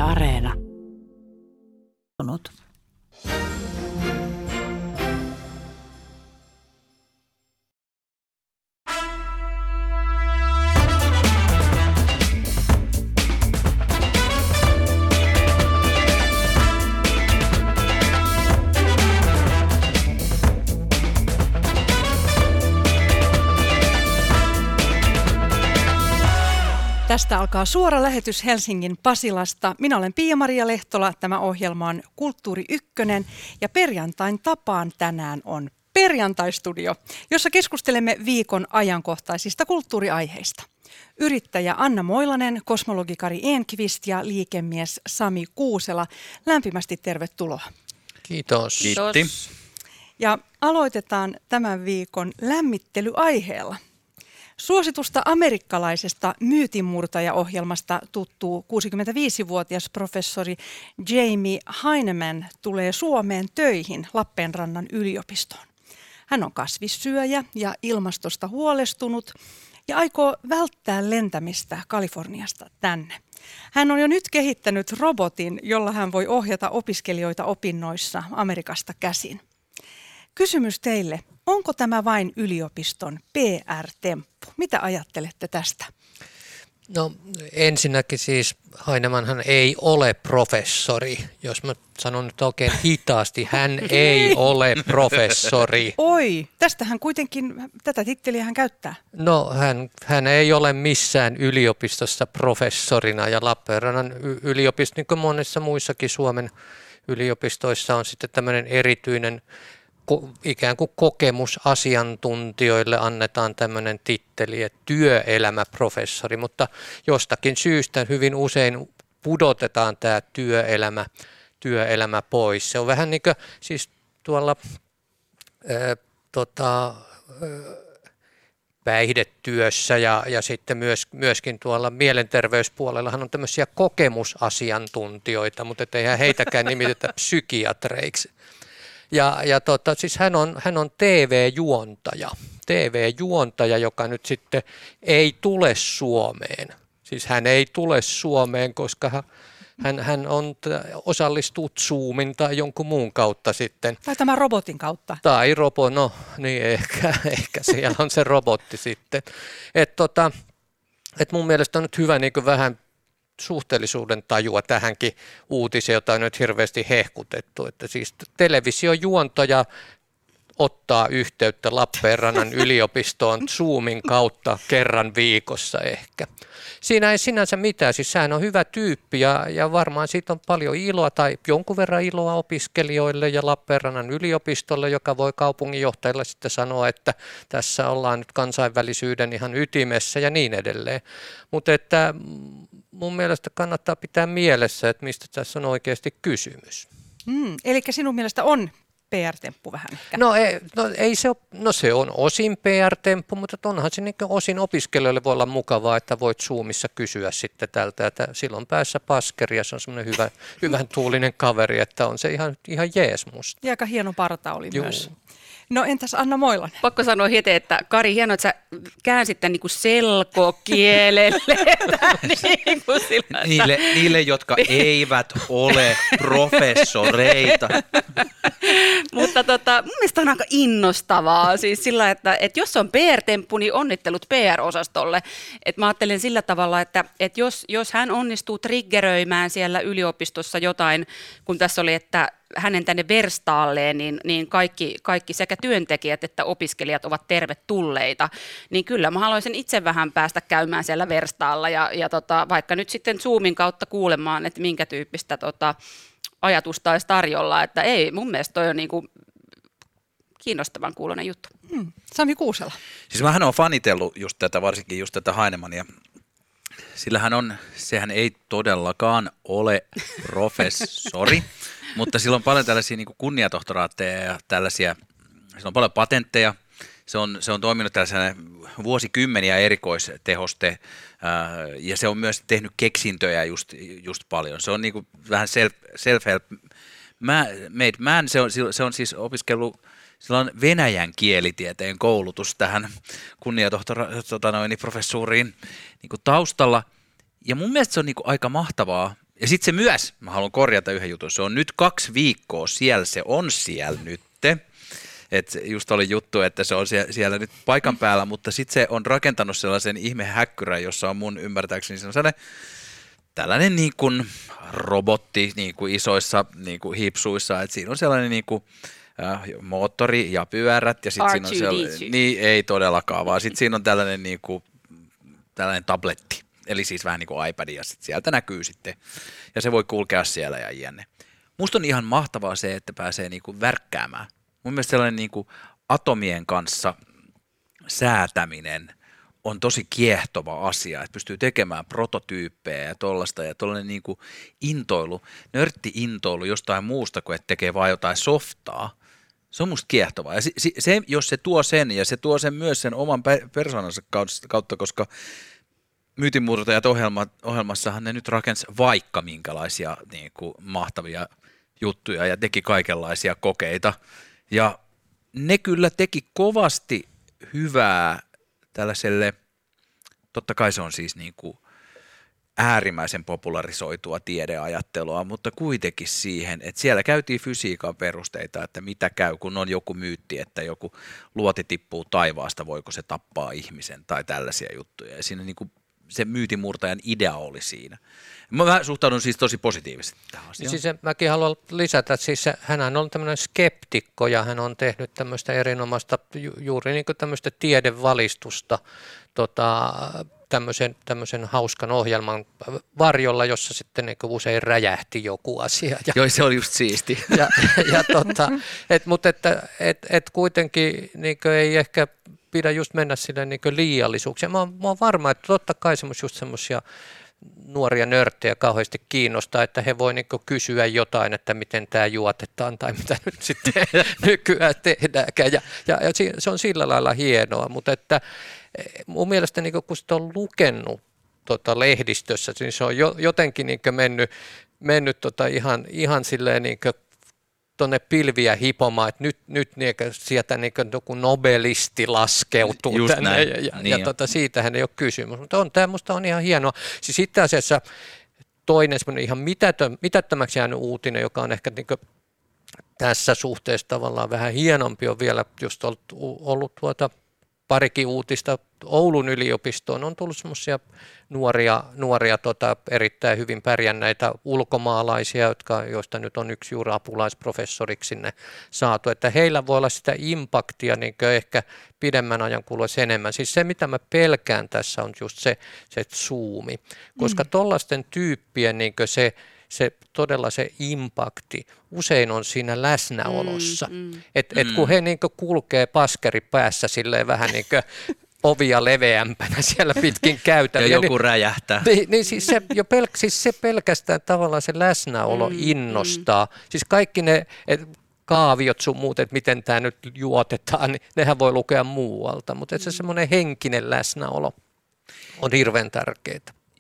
Areena. Tästä alkaa suora lähetys Helsingin Pasilasta. Minä olen Pia-Maria Lehtola, tämä ohjelma on Kulttuuri Ykkönen ja perjantain tapaan tänään on Perjantaistudio, jossa keskustelemme viikon ajankohtaisista kulttuuriaiheista. Yrittäjä Anna Moilanen, kosmologi Kari Enqvist ja liikemies Sami Kuusela, lämpimästi tervetuloa. Kiitos. Kiitti. Ja aloitetaan tämän viikon lämmittelyaiheella. Suositusta amerikkalaisesta myytinmurtaja-ohjelmasta tuttu 65-vuotias professori Jamie Heineman tulee Suomeen töihin Lappeenrannan yliopistoon. Hän on kasvissyöjä ja ilmastosta huolestunut ja aikoo välttää lentämistä Kaliforniasta tänne. Hän on jo nyt kehittänyt robotin, jolla hän voi ohjata opiskelijoita opinnoissa Amerikasta käsin. Kysymys teille. Onko tämä vain yliopiston PR-temppu? Mitä ajattelette tästä? No ensinnäkin siis Heinemanhan ei ole professori. Jos mä sanon nyt oikein hitaasti, hän ei ole professori. Oi, tästähän kuitenkin, tätä titteliä hän käyttää. No hän ei ole missään yliopistossa professorina ja Lappeenrannan yliopisto, niin kuin monissa muissakin Suomen yliopistoissa on sitten tämmöinen erityinen ikään kuin kokemusasiantuntijoille annetaan tämmöinen titteli, että työelämäprofessori, mutta jostakin syystä hyvin usein pudotetaan tämä työelämä pois. Se on vähän niin kuin siis tuolla päihdetyössä ja sitten myöskin tuolla mielenterveyspuolellahan on tämmöisiä kokemusasiantuntijoita, mutta eihän heitäkään nimitetä psykiatreiksi. Siis hän on TV-juontaja, joka nyt sitten ei tule Suomeen. Siis hän ei tule Suomeen, koska hän osallistuu Zoomin tai jonkun muun kautta sitten. Tai tämän robotin kautta. Tai no niin ehkä siellä on se robotti sitten. Et mun mielestä on nyt hyvä niin kuin vähän suhteellisuuden tajua tähänkin uutiseen, jota on nyt hirveästi hehkutettu, että siis televisiojuontaja ottaa yhteyttä Lappeenrannan yliopistoon Zoomin kautta kerran viikossa ehkä. Siinä ei sinänsä mitään, siis sehän on hyvä tyyppi ja varmaan siitä on paljon iloa tai jonkun verran iloa opiskelijoille ja Lappeenrannan yliopistolle, joka voi kaupunginjohtajalle sitten sanoa, että tässä ollaan nyt kansainvälisyyden ihan ytimessä ja niin edelleen. Mutta että mun mielestä kannattaa pitää mielessä, että mistä tässä on oikeasti kysymys. Eli sinun mielestä on PR-temppu vähän ehkä? Se on osin PR-temppu, mutta onhan se niin osin opiskelijoille voi olla mukavaa, että voit Zoomissa kysyä sitten tältä, että silloin päässä paskeri ja se on semmoinen hyvän tuulinen kaveri, että on se ihan jees musta. Ja aika hieno parta oli myös. No entäs Anna Moilanen? Pakko sanoa heti, että Kari, hienoa, että sä käänsit tämän niin kuin selkokielelle. Niin kuin niille, jotka eivät ole professoreita. Mutta mun mielestä on aika innostavaa. Siis sillä, että jos on PR-temppu, niin onnittelut PR-osastolle. Et mä ajattelen sillä tavalla, että jos hän onnistuu triggeröimään siellä yliopistossa jotain, kun tässä oli, että hänen tänne verstaalleen, niin kaikki sekä työntekijät että opiskelijat ovat tervetulleita, niin kyllä mä haluaisin itse vähän päästä käymään siellä verstaalla ja vaikka nyt sitten Zoomin kautta kuulemaan, että minkä tyyppistä ajatusta olisi tarjolla, että ei, mun mielestä toi on niinku kiinnostavan kuuloinen juttu. Sami Kuusela. Siis mähän olen fanitellut just tätä, varsinkin just tätä Heinemania. Sehän ei todellakaan ole professori, mutta sillä on paljon tällaisia niin kuin kunniatohtoraatteja ja tällaisia, sillä on paljon patentteja. Se on toiminut tällaisena vuosikymmeniä erikoistehoste ja se on myös tehnyt keksintöjä just paljon. Se on niin kuin vähän self-help made man, se on siis opiskellut, sillä on venäjän kielitieteen koulutus tähän professuuriin niin kuin taustalla. Ja mun mielestä se on niin kuin aika mahtavaa, Ja sitten se myös, mä haluan korjata yhden jutun, se on nyt 2 viikkoa siellä, se on siellä nytte. Et just oli juttu, että se on siellä nyt paikan päällä, mutta sitten se on rakentanut sellaisen ihmehäkkyrän, jossa on mun ymmärtääkseni tällainen niin kuin robotti niin kuin isoissa niin kuin hipsuissa, että siinä on sellainen niin kuin moottori ja pyörät ja sitten siinä on sellainen, niin ei todellakaan, vaan sitten siinä on tällainen, niin kuin, tällainen tabletti, eli siis vähän niin kuin iPad ja sitten sieltä näkyy sitten ja se voi kulkea siellä ja jänne. Musta on ihan mahtavaa se, että pääsee niin kuin värkkäämään. Mun mielestä sellainen niin kuin atomien kanssa säätäminen on tosi kiehtova asia, että pystyy tekemään prototyyppejä ja tollaista ja tollainen niin kuin intoilu, nörtti-intoilu jostain muusta kuin että tekee vaan jotain softaa. Se on musta kiehtovaa. Ja se, jos se tuo sen ja se tuo sen myös sen oman persoonansa kautta, koska Myytinmurtajat ohjelmassahan ne nyt rakensi vaikka minkälaisia niin kuin mahtavia juttuja ja teki kaikenlaisia kokeita. Ja ne kyllä teki kovasti hyvää tällaiselle, totta kai se on siis niin kuin äärimmäisen popularisoitua tiedeajattelua, mutta kuitenkin siihen, että siellä käytiin fysiikan perusteita, että mitä käy, kun on joku myytti, että joku luoti tippuu taivaasta, voiko se tappaa ihmisen tai tällaisia juttuja. Ja siinä niin kuin se myytinmurtajan idea oli siinä. Mä suhtaudun siis tosi positiivisesti tähän asiaan. Siis mäkin haluan lisätä, että siis hänhän on tämmöinen skeptikko ja hän on tehnyt tämmöistä erinomaista juuri niin kuin tämmöistä tiedevalistusta tämmöisen hauskan ohjelman varjolla, jossa sitten niin kuin usein räjähti joku asia. Joo, se oli just siisti. Mutta kuitenkin niin kuin ei ehkä pidä just mennä sille niin kuin liiallisuuksiin. Mä oon varma, että totta kai semmoisia nuoria nörttejä kauheasti kiinnostaa, että he voi niin kuin kysyä jotain, että miten tämä juotetaan tai mitä nyt sitten nykyään tehdäänkään. Ja se on sillä lailla hienoa, mutta että mun mielestä niin kun sitä on lukenut lehdistössä, niin se on jotenkin niin mennyt ihan silleen niin tuonne pilviä hipomaan, että nyt niin sieltä niin joku nobelisti laskeutuu just tänne näin. ja siitähän ei ole kysymys, mutta tämä musta on ihan hienoa. Siis itse asiassa toinen semmoinen ihan mitättömäksi jäänyt uutinen, joka on ehkä niin tässä suhteessa tavallaan vähän hienompi, on vielä just ollut parikin uutista. Oulun yliopistoon on tullut semmoisia nuoria erittäin hyvin pärjänneitä ulkomaalaisia, joista nyt on yksi juuri apulaisprofessoriksi sinne saatu, että heillä voi olla sitä impaktia niin ehkä pidemmän ajan kuluessa enemmän. Siis se, mitä mä pelkään tässä, on just se zoomi, koska tollaisten tyyppien niin se todella se impakti usein on siinä läsnäolossa. Et kun he niin kulkee paskeri päässä silleen vähän niin kuin ovia leveämpänä siellä pitkin käytäviä. Ja joku räjähtää. Niin siis se pelkästään tavallaan se läsnäolo innostaa. Siis kaikki ne kaaviot sun muut, että miten tämä nyt juotetaan, niin nehän voi lukea muualta. Mutta se semmoinen henkinen läsnäolo on hirveän tärkeää.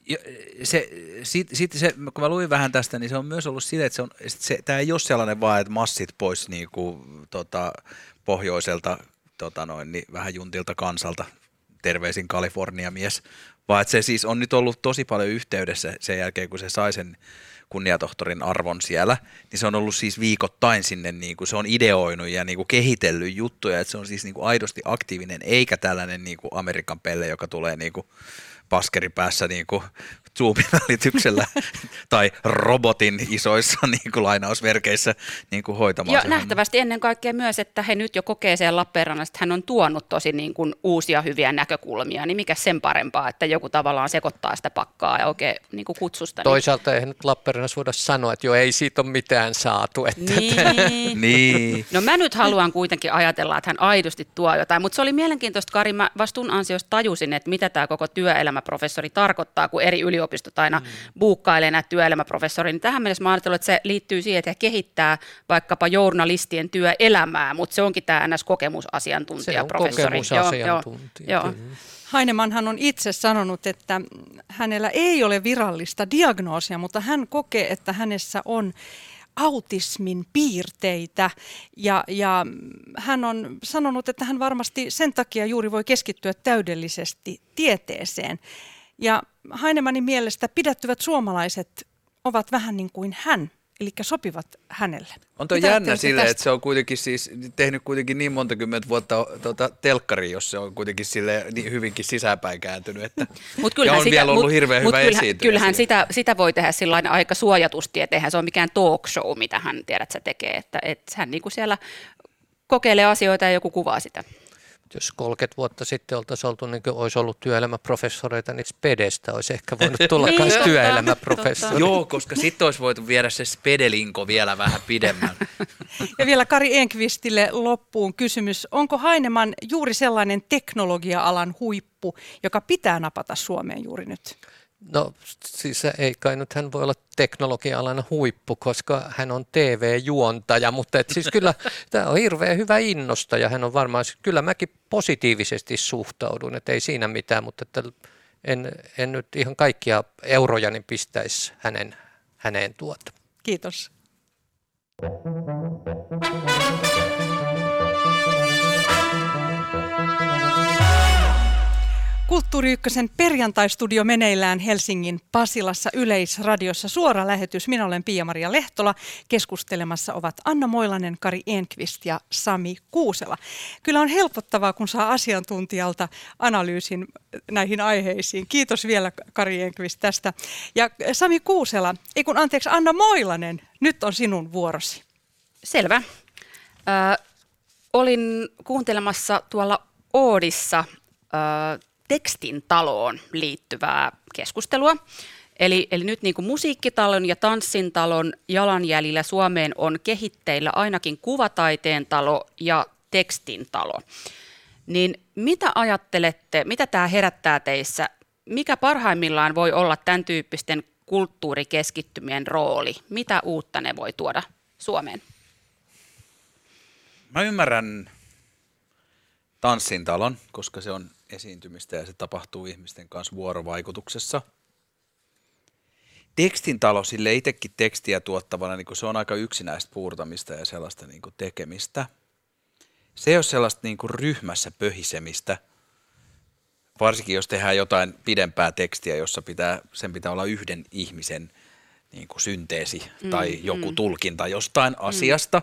Kun mä luin vähän tästä, niin se on myös ollut sitä, että tämä ei ole sellainen vaan, että massit pois pohjoiselta niin vähän juntilta kansalta, terveisin Kalifornia mies, vaan että se siis on nyt ollut tosi paljon yhteydessä sen jälkeen, kun se sai sen kunniatohtorin arvon siellä, niin se on ollut siis viikoittain sinne, niin kuin se on ideoinut ja niin kuin kehitellyt juttuja, että se on siis niin kuin aidosti aktiivinen, eikä tällainen niin kuin Amerikan pelle, joka tulee niin kuin paskeri päässä niin kuin Zoomin välityksellä tai robotin isoissa niin kuin lainausmerkeissä niin kuin hoitamaan. Ja nähtävästi ennen kaikkea myös, että he nyt jo kokee siellä Lappeenrannassa, että hän on tuonut tosi niin kuin uusia hyviä näkökulmia, niin mikä sen parempaa, että joku tavallaan sekoittaa sitä pakkaa ja oikein niin kuin kutsusta. Toisaalta ei nyt Lappeenrannassa voida sanoa, että jo ei siitä ole mitään saatu. Niin. No mä nyt haluan kuitenkin ajatella, että hän aidosti tuo jotain, mutta se oli mielenkiintoista, Kari, mä vastun ansiosta tajusin, että mitä tämä koko työelämäprofessori tarkoittaa, kun eri yliopistot aina buukkailee näitä työelämäprofessoria, niin tähän mennessä mä ajattelin, että se liittyy siihen, että he kehittää vaikkapa journalistien työelämää, mutta se onkin tämä NS-kokemusasiantuntijaprofessori. Se on kokemusasiantuntija. Joo. Heinemannhan on itse sanonut, että hänellä ei ole virallista diagnoosia, mutta hän kokee, että hänessä on autismin piirteitä ja hän on sanonut, että hän varmasti sen takia juuri voi keskittyä täydellisesti tieteeseen. Ja Heinemannin mielestä pidättyvät suomalaiset ovat vähän niin kuin hän, eli sopivat hänelle. On tuo Mitä jännä ajattelette silleen, tästä? että se on kuitenkin siis tehnyt kuitenkin niin monta kymmentä vuotta telkkari, jos se on kuitenkin sille niin hyvinkin sisäänpäin kääntynyt. Että, ja on vielä ollut hirveän hyvä esiintyjä. Kyllähän sitä voi tehdä sillain aika suojatusti, että eihän se ole mikään talk show, mitä hän tiedät, se tekee. Että hän niin kuin siellä kokeilee asioita ja joku kuvaa sitä. Jos 30 vuotta sitten oltaisiin oltu, niin kuin olisi ollut työelämäprofessoreita, niin Spedestä olisi ehkä voinut tulla Niin, myös totta, työelämäprofessori. Joo, koska sitten olisi voitu viedä se spedelinko vielä vähän pidemmän. Ja vielä Kari Enqvistille loppuun kysymys. Onko Heinemann juuri sellainen teknologia-alan huippu, joka pitää napata Suomeen juuri nyt? No siis ei kai nyt hän voi olla teknologia-alan huippu, koska hän on TV-juontaja, mutta siis kyllä tämä on hirveän hyvä innostaja. Hän on varmaan, kyllä mäkin positiivisesti suhtaudun, että ei siinä mitään, mutta että en nyt ihan kaikkia eurojani pistäisi häneen tuota. Kiitos. Kulttuuri Ykkösen perjantaistudio meneillään Helsingin Pasilassa Yleisradiossa suora lähetys. Minä olen Pia-Maria Lehtola. Keskustelemassa ovat Anna Moilanen, Kari Enqvist ja Sami Kuusela. Kyllä on helpottavaa, kun saa asiantuntijalta analyysin näihin aiheisiin. Kiitos vielä Kari Enqvist tästä. Ja Sami Kuusela, Anna Moilanen, nyt on sinun vuorosi. Selvä. Olin kuuntelemassa tuolla Oodissa tekstin taloon liittyvää keskustelua. Eli nyt niin kuin musiikkitalon ja tanssintalon jalanjäljillä Suomeen on kehitteillä ainakin kuvataiteen talo ja tekstin talo. Niin mitä ajattelette, mitä tämä herättää teissä? Mikä parhaimmillaan voi olla tämän tyyppisten kulttuurikeskittymien rooli? Mitä uutta ne voi tuoda Suomeen? Mä ymmärrän tanssintalon, koska se on esiintymistä ja se tapahtuu ihmisten kanssa vuorovaikutuksessa. Tekstintalo sille itsekin tekstiä tuottavana, niin se on aika yksinäistä puurtamista ja sellaista niin tekemistä. Se ei ole sellaista niin ryhmässä pöhisemistä, varsinkin jos tehdään jotain pidempää tekstiä, jossa sen pitää olla yhden ihmisen niin synteesi tai joku tulkinta jostain asiasta.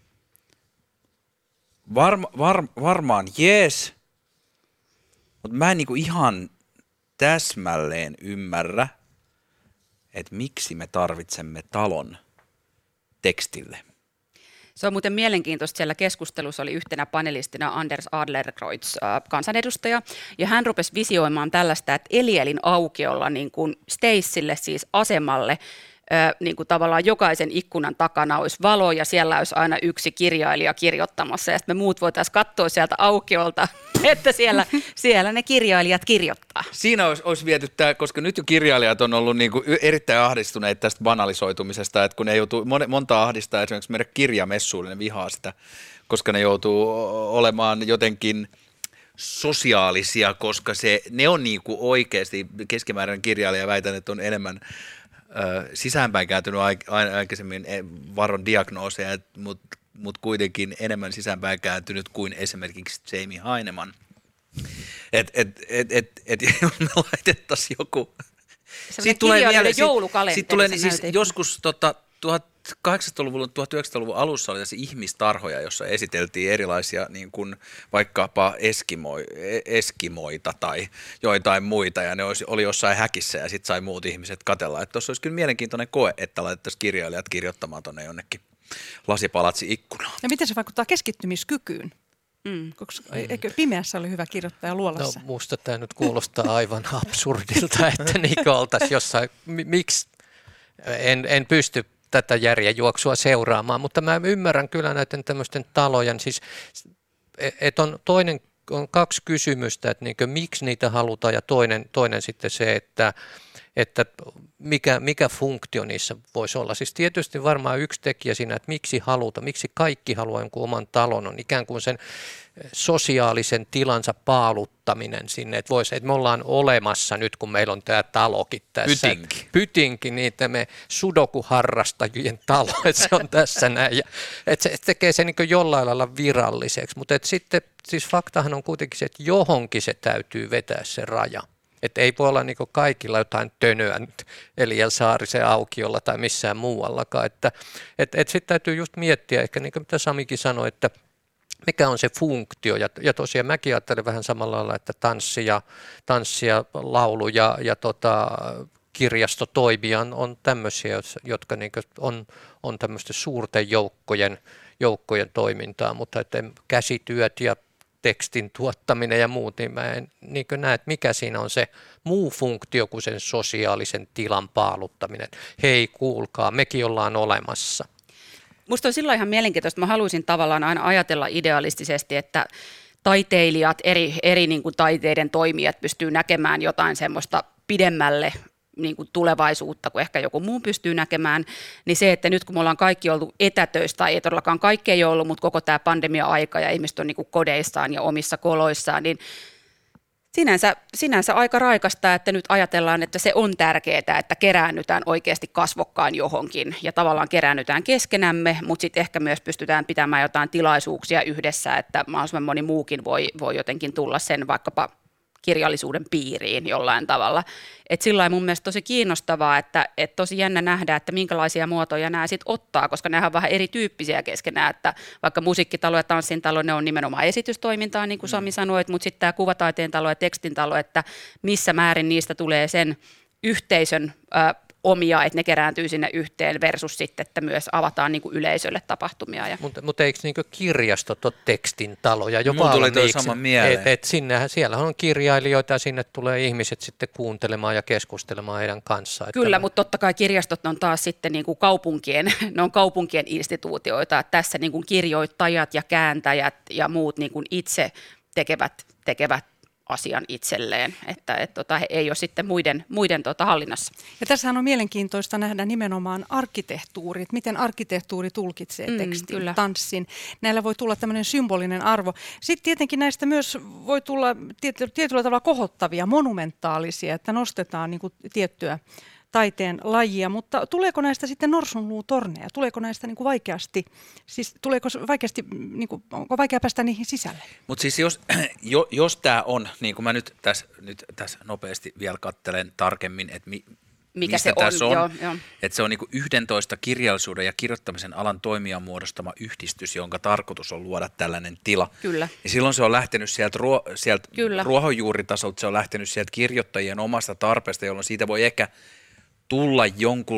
Varmaan jees, mutta mä en niinku ihan täsmälleen ymmärrä, että miksi me tarvitsemme talon tekstille. Se on muuten mielenkiintoista. Siellä keskustelussa oli yhtenä panelistina Anders Adlercreutz, kansanedustaja, ja hän rupesi visioimaan tällaista, että Elielin aukiolla niin kuin Stacelle, siis asemalle, niin kuin tavallaan jokaisen ikkunan takana olisi valo ja siellä olisi aina yksi kirjailija kirjoittamassa ja sitten me muut voitaisiin katsoa sieltä aukiolta, että siellä ne kirjailijat kirjoittaa. Siinä olisi viety tämä, koska nyt jo kirjailijat on ollut niin kuin erittäin ahdistuneita tästä banalisoitumisesta, että kun ne joutuu, monta ahdistaa esimerkiksi meidän kirjamessuille, ne vihaa sitä, koska ne joutuu olemaan jotenkin sosiaalisia, koska ne on niin kuin oikeasti keskimääräinen kirjailija, väitän, että on enemmän sisäänpäin kääntynyt aikaisemmin varon diagnooseja, mutta kuitenkin enemmän sisäänpäin kääntynyt kuin esimerkiksi Jamie Heinemann. Jos me laitettaisiin joku... Siitä tulee joulukalenteri. Siis joskus 1800-luvun, 1900-luvun alussa oli ihmistarhoja, jossa esiteltiin erilaisia niin kuin vaikkapa eskimoita tai joitain muita, ja ne oli jossain häkissä, ja sitten sai muut ihmiset katsella. Että tuossa olisi kyllä mielenkiintoinen koe, että laitettaisiin kirjailijat kirjoittamaan tuonne jonnekin lasipalatsi ikkunaan. Ja miten se vaikuttaa keskittymiskykyyn? Eikö pimeässä ole hyvä kirjoittaa luolassa? No musta tämä nyt kuulostaa aivan absurdilta, että niin oltaisiin jossain, miksi en pysty tätä järjenjuoksua seuraamaan, mutta mä ymmärrän kyllä näiden tämmöisten talojen, siis että on kaksi kysymystä, että niinkö, miksi niitä halutaan ja toinen sitten se, että mikä funktio niissä voisi olla. Siis tietysti varmaan yksi tekijä siinä, että miksi kaikki haluaa jonkun oman talon, on ikään kuin sen sosiaalisen tilansa paaluttaminen sinne, että me ollaan olemassa nyt, kun meillä on tämä talokin tässä. Pytinki, niitä me sudoku-harrastajien talo, että se on tässä näin. Että se tekee sen niin jollain lailla viralliseksi, mutta sitten siis faktahan on kuitenkin se, että johonkin se täytyy vetää se raja. Että ei voi olla niin kuin kaikilla jotain tönöä nyt Eliel Saarisen aukiolla tai missään muuallakaan. Että sitten täytyy just miettiä, ehkä niin kuin mitä Samikin sanoi, että mikä on se funktio, ja tosiaan mäkin ajattelen vähän samalla lailla, että tanssi ja laulu ja kirjastotoimija on tämmöisiä, jotka niin on tämmöisten suurten joukkojen toimintaa, mutta että käsityöt ja tekstin tuottaminen ja muut, niin mä en niin näe, että mikä siinä on se muu funktio kuin sen sosiaalisen tilan paaluttaminen. Hei, kuulkaa, mekin ollaan olemassa. Musta on silloin ihan mielenkiintoista. Mä haluaisin tavallaan aina ajatella idealistisesti, että taiteilijat, eri niin kuin taiteiden toimijat pystyy näkemään jotain semmoista pidemmälle niin kuin tulevaisuutta, kuin ehkä joku muu pystyy näkemään, niin se, että nyt kun me ollaan kaikki oltu etätöistä, tai ei todellakaan kaikki ei ollut, mutta koko tämä pandemia-aika ja ihmiset on niin kuin kodeissaan ja omissa koloissaan, niin sinänsä aika raikasta, että nyt ajatellaan, että se on tärkeää, että keräännytään oikeasti kasvokkaan johonkin ja tavallaan keräännytään keskenämme, mutta sitten ehkä myös pystytään pitämään jotain tilaisuuksia yhdessä, että mahdollisimman moni muukin voi jotenkin tulla sen vaikkapa kirjallisuuden piiriin jollain tavalla. Et sillä lailla mun mielestä tosi kiinnostavaa, että tosi jännä nähdä, että minkälaisia muotoja nämä sitten ottaa, koska nämä on vähän erityyppisiä keskenään, että vaikka musiikkitalo ja tanssintalo, ne on nimenomaan esitystoimintaa, niin kuin Sami sanoi, mutta sitten tämä kuvataiteen talo ja tekstintalo, että missä määrin niistä tulee sen yhteisön omia, että ne kerääntyy sinne yhteen versus sitten, että myös avataan niin kuin yleisölle tapahtumia. Mutta eikö niin kirjastot ole tekstintaloja? Mulla tuli toi sama mieleen. Siellä on kirjailijoita ja sinne tulee ihmiset sitten kuuntelemaan ja keskustelemaan heidän kanssaan. Kyllä, mutta totta kai kirjastot on taas sitten niin kuin kaupunkien instituutioita. Että tässä niin kuin kirjoittajat ja kääntäjät ja muut niin kuin itse tekevät asian itselleen, että he ei ole sitten muiden hallinnassa. Ja tässähän on mielenkiintoista nähdä nimenomaan arkkitehtuuri, että miten arkkitehtuuri tulkitsee tekstin, tanssin. Näillä voi tulla tämmöinen symbolinen arvo. Sitten tietenkin näistä myös voi tulla tietyllä tavalla kohottavia, monumentaalisia, että nostetaan niin kuin tiettyä taiteen lajia, mutta tuleeko näistä sitten norsunluutorneja? Tuleeko näistä niin kuin vaikeasti, onko vaikea päästä niihin sisälle? Mutta siis jos tämä on, niin kuin mä nyt tässä nopeasti vielä katselen tarkemmin, että mikä mistä se tässä on, on. Joo. Että se on niin kuin 11 kirjallisuuden ja kirjoittamisen alan toimijan muodostama yhdistys, jonka tarkoitus on luoda tällainen tila. Kyllä. Ja silloin se on lähtenyt sieltä ruohonjuuritasolta, se on lähtenyt sieltä kirjoittajien omasta tarpeesta, jolloin siitä voi ehkä tulla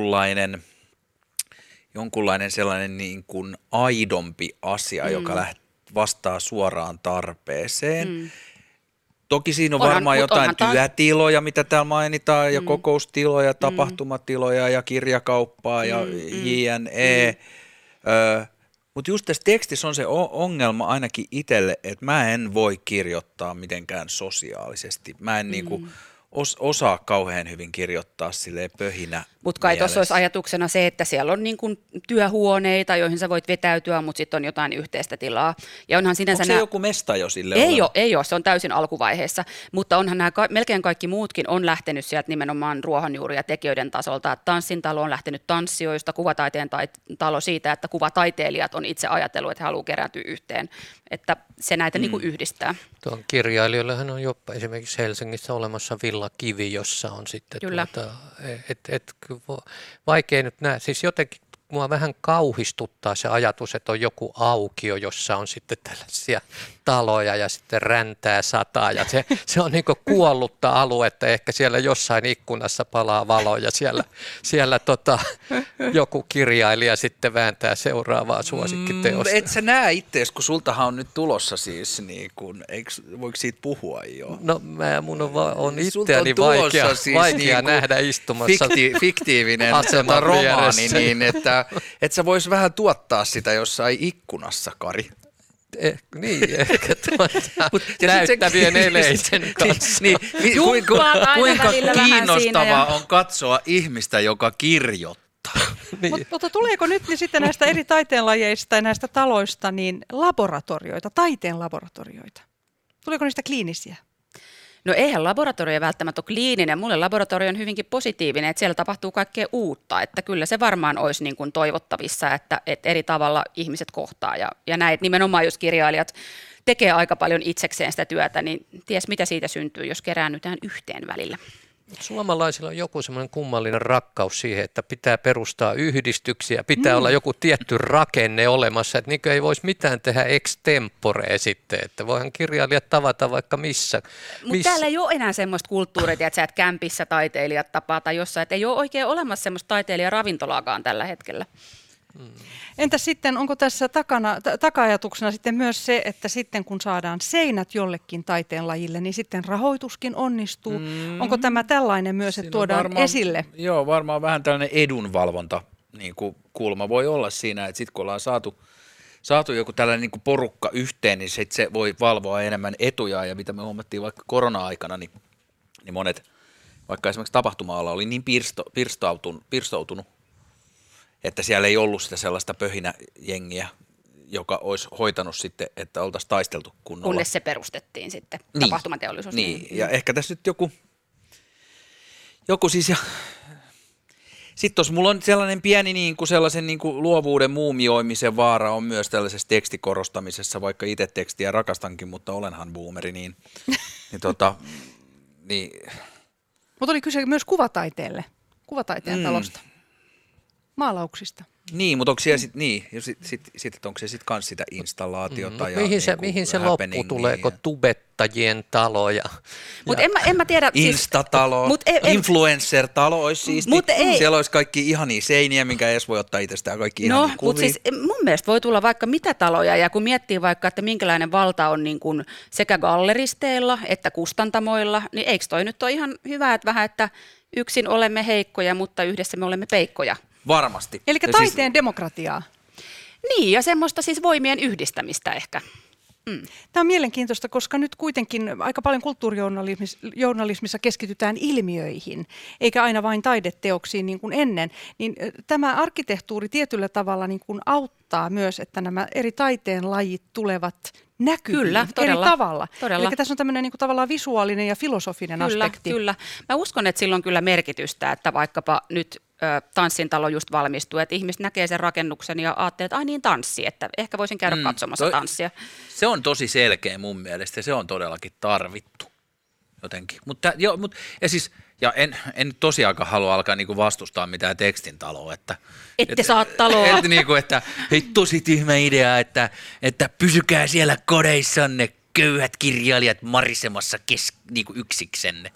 jonkunlainen sellainen niin kuin aidompi asia, joka vastaa suoraan tarpeeseen. Toki siinä on varmaan jotain työtiloja, mitä täällä mainitaan, ja kokoustiloja, tapahtumatiloja ja kirjakauppaa ja jne. Mutta just tässä tekstissä on se ongelma ainakin itselle, että mä en voi kirjoittaa mitenkään sosiaalisesti. Mä en niinku osaa kauhean hyvin kirjoittaa silleen pöhinä. Mutta kai tuossa olisi ajatuksena se, että siellä on niin kuin työhuoneita, joihin sä voit vetäytyä, mutta sitten on jotain yhteistä tilaa. Ja onhan sinänsä onko se joku mesta jo sille? Ei ole, se on täysin alkuvaiheessa. Mutta onhan nämä melkein kaikki muutkin on lähtenyt sieltä nimenomaan ruohonjuuri- ja tekijöiden tasolta. Tanssintalo on lähtenyt tanssijoista, kuvataiteen talo siitä, että kuvataiteilijat on itse ajatellut, että he haluaa kerääntyä yhteen. Että se näitä niin kuin yhdistää. Tuon kirjailijoillehan on jopa esimerkiksi Helsingissä olemassa Villa Kivi, jossa on sitten vaikea nyt nähdä. Siis jotenkin mua vähän kauhistuttaa se ajatus, että on joku aukio, jossa on sitten tällaisia taloja ja sitten räntää sataa ja se on niin kuin kuollutta aluetta. Ehkä siellä jossain ikkunassa palaa valo ja siellä joku kirjailija sitten vääntää seuraavaa suosikkiteosta. Et sä näe ittees, kun sultahan on nyt tulossa siis, niin kun, voiko siitä puhua jo? No mun on itseäni vaikea nähdä istumassa fiktiivinen romaani, niin että sä vois vähän tuottaa sitä jossain ikkunassa, Kari. Ehkä näyttävien eleiden kanssa. Kuinka kiinnostavaa on katsoa ihmistä, joka kirjoittaa? Mutta tuleeko nyt niin sitten näistä eri taiteenlajeista ja näistä taloista niin laboratorioita, taiteen laboratorioita? Tuleeko niistä kliinisiä? No eihän laboratorio välttämättä ole kliininen. Mulle laboratorio on hyvinkin positiivinen, että siellä tapahtuu kaikkea uutta. Että kyllä se varmaan olisi niin kuin toivottavissa, että eri tavalla ihmiset kohtaa. Ja näin, nimenomaan jos kirjailijat tekee aika paljon itsekseen sitä työtä, niin ties mitä siitä syntyy, jos keräännytään yhteen välillä. Suomalaisilla on joku semmoinen kummallinen rakkaus siihen, että pitää perustaa yhdistyksiä, pitää olla joku tietty rakenne olemassa, että niin ei voisi mitään tehdä extempore sitten, että voihan kirjailijat tavata vaikka missä. Mutta täällä ei ole enää semmoista kulttuuria, että kämpissä taiteilijat tapaa tai jossain, että ei ole oikein olemassa semmoista taiteilijaravintolaakaan tällä hetkellä. Entä sitten, onko tässä taka-ajatuksena sitten myös se, että sitten kun saadaan seinät jollekin taiteenlajille, niin sitten rahoituskin onnistuu? Onko tämä tällainen myös, että tuodaan varmaan esille? Joo, varmaan vähän tällainen edunvalvonta niin kuin kulma voi olla siinä, että sitten kun ollaan saatu joku tällainen niin kuin porukka yhteen, niin sit se voi valvoa enemmän etuja, ja mitä me huomattiin vaikka korona-aikana, niin monet, vaikka esimerkiksi tapahtuma-ala oli niin pirstoutunut, että siellä ei ollut sitä sellaista pöhinäjengiä, joka olisi hoitanut sitten, että oltaisiin taisteltu kunnolla. Kunnes se perustettiin sitten, tapahtumateollisuus. Niin, ja ehkä tässä nyt joku siis, ja sitten tuossa mulla on sellainen pieni niin kuin sellaisen niin kuin luovuuden muumioimisen vaara on myös tällaisessa tekstikorostamisessa, vaikka itse tekstiä rakastankin, mutta olenhan boomeri, niin. Mutta oli kyse myös kuvataiteen talosta. Maalauksista. Niin, mutta onko siellä sitten onko se sitten kans sitä installaatiota ja mihin se loppu tuleeko tubettajien taloja? Mutta en mä tiedä. Instatalo, influencer-talo olisi siisti. Siellä olisi kaikki ihania seiniä, minkä edes voi ottaa itsestään kaikki ihania kuvia. Mutta siis mun mielestä voi tulla vaikka mitä taloja, ja kun miettii vaikka, että minkälainen valta on niin kun sekä galleristeilla että kustantamoilla, niin eikö toi nyt ole ihan hyvä, että vähän, että yksin olemme heikkoja, mutta yhdessä me olemme peikkoja. Varmasti. Eli taiteen demokratiaa. Niin, ja semmoista siis voimien yhdistämistä ehkä. Tämä on mielenkiintoista, koska nyt kuitenkin aika paljon kulttuurijournalismissa keskitytään ilmiöihin, eikä aina vain taideteoksiin niin kuin ennen. Niin tämä arkkitehtuuri tietyllä tavalla niin kuin auttaa myös, että nämä eri taiteen lajit tulevat näkyviin eri tavalla. Eli tässä on tämmöinen niin kuin tavallaan visuaalinen ja filosofinen aspekti. Kyllä. Mä uskon, että sillä on kyllä merkitystä, että vaikkapa nyt tanssintalo just valmistuu, että ihmiset näkee sen rakennuksen ja ajattelee, että ai niin tanssi, että ehkä voisin käydä katsomassa tanssia. Se on tosi selkeä mun mielestä ja se on todellakin tarvittu jotenkin. Ja en tosiaankaan halua alkaa niinku vastustaa mitään tekstintaloa. Ette saa taloa. Että hei, tosi tyhmä idea, että pysykää siellä kodeissanne köyhät kirjailijat marisemassa niinku yksiksenne.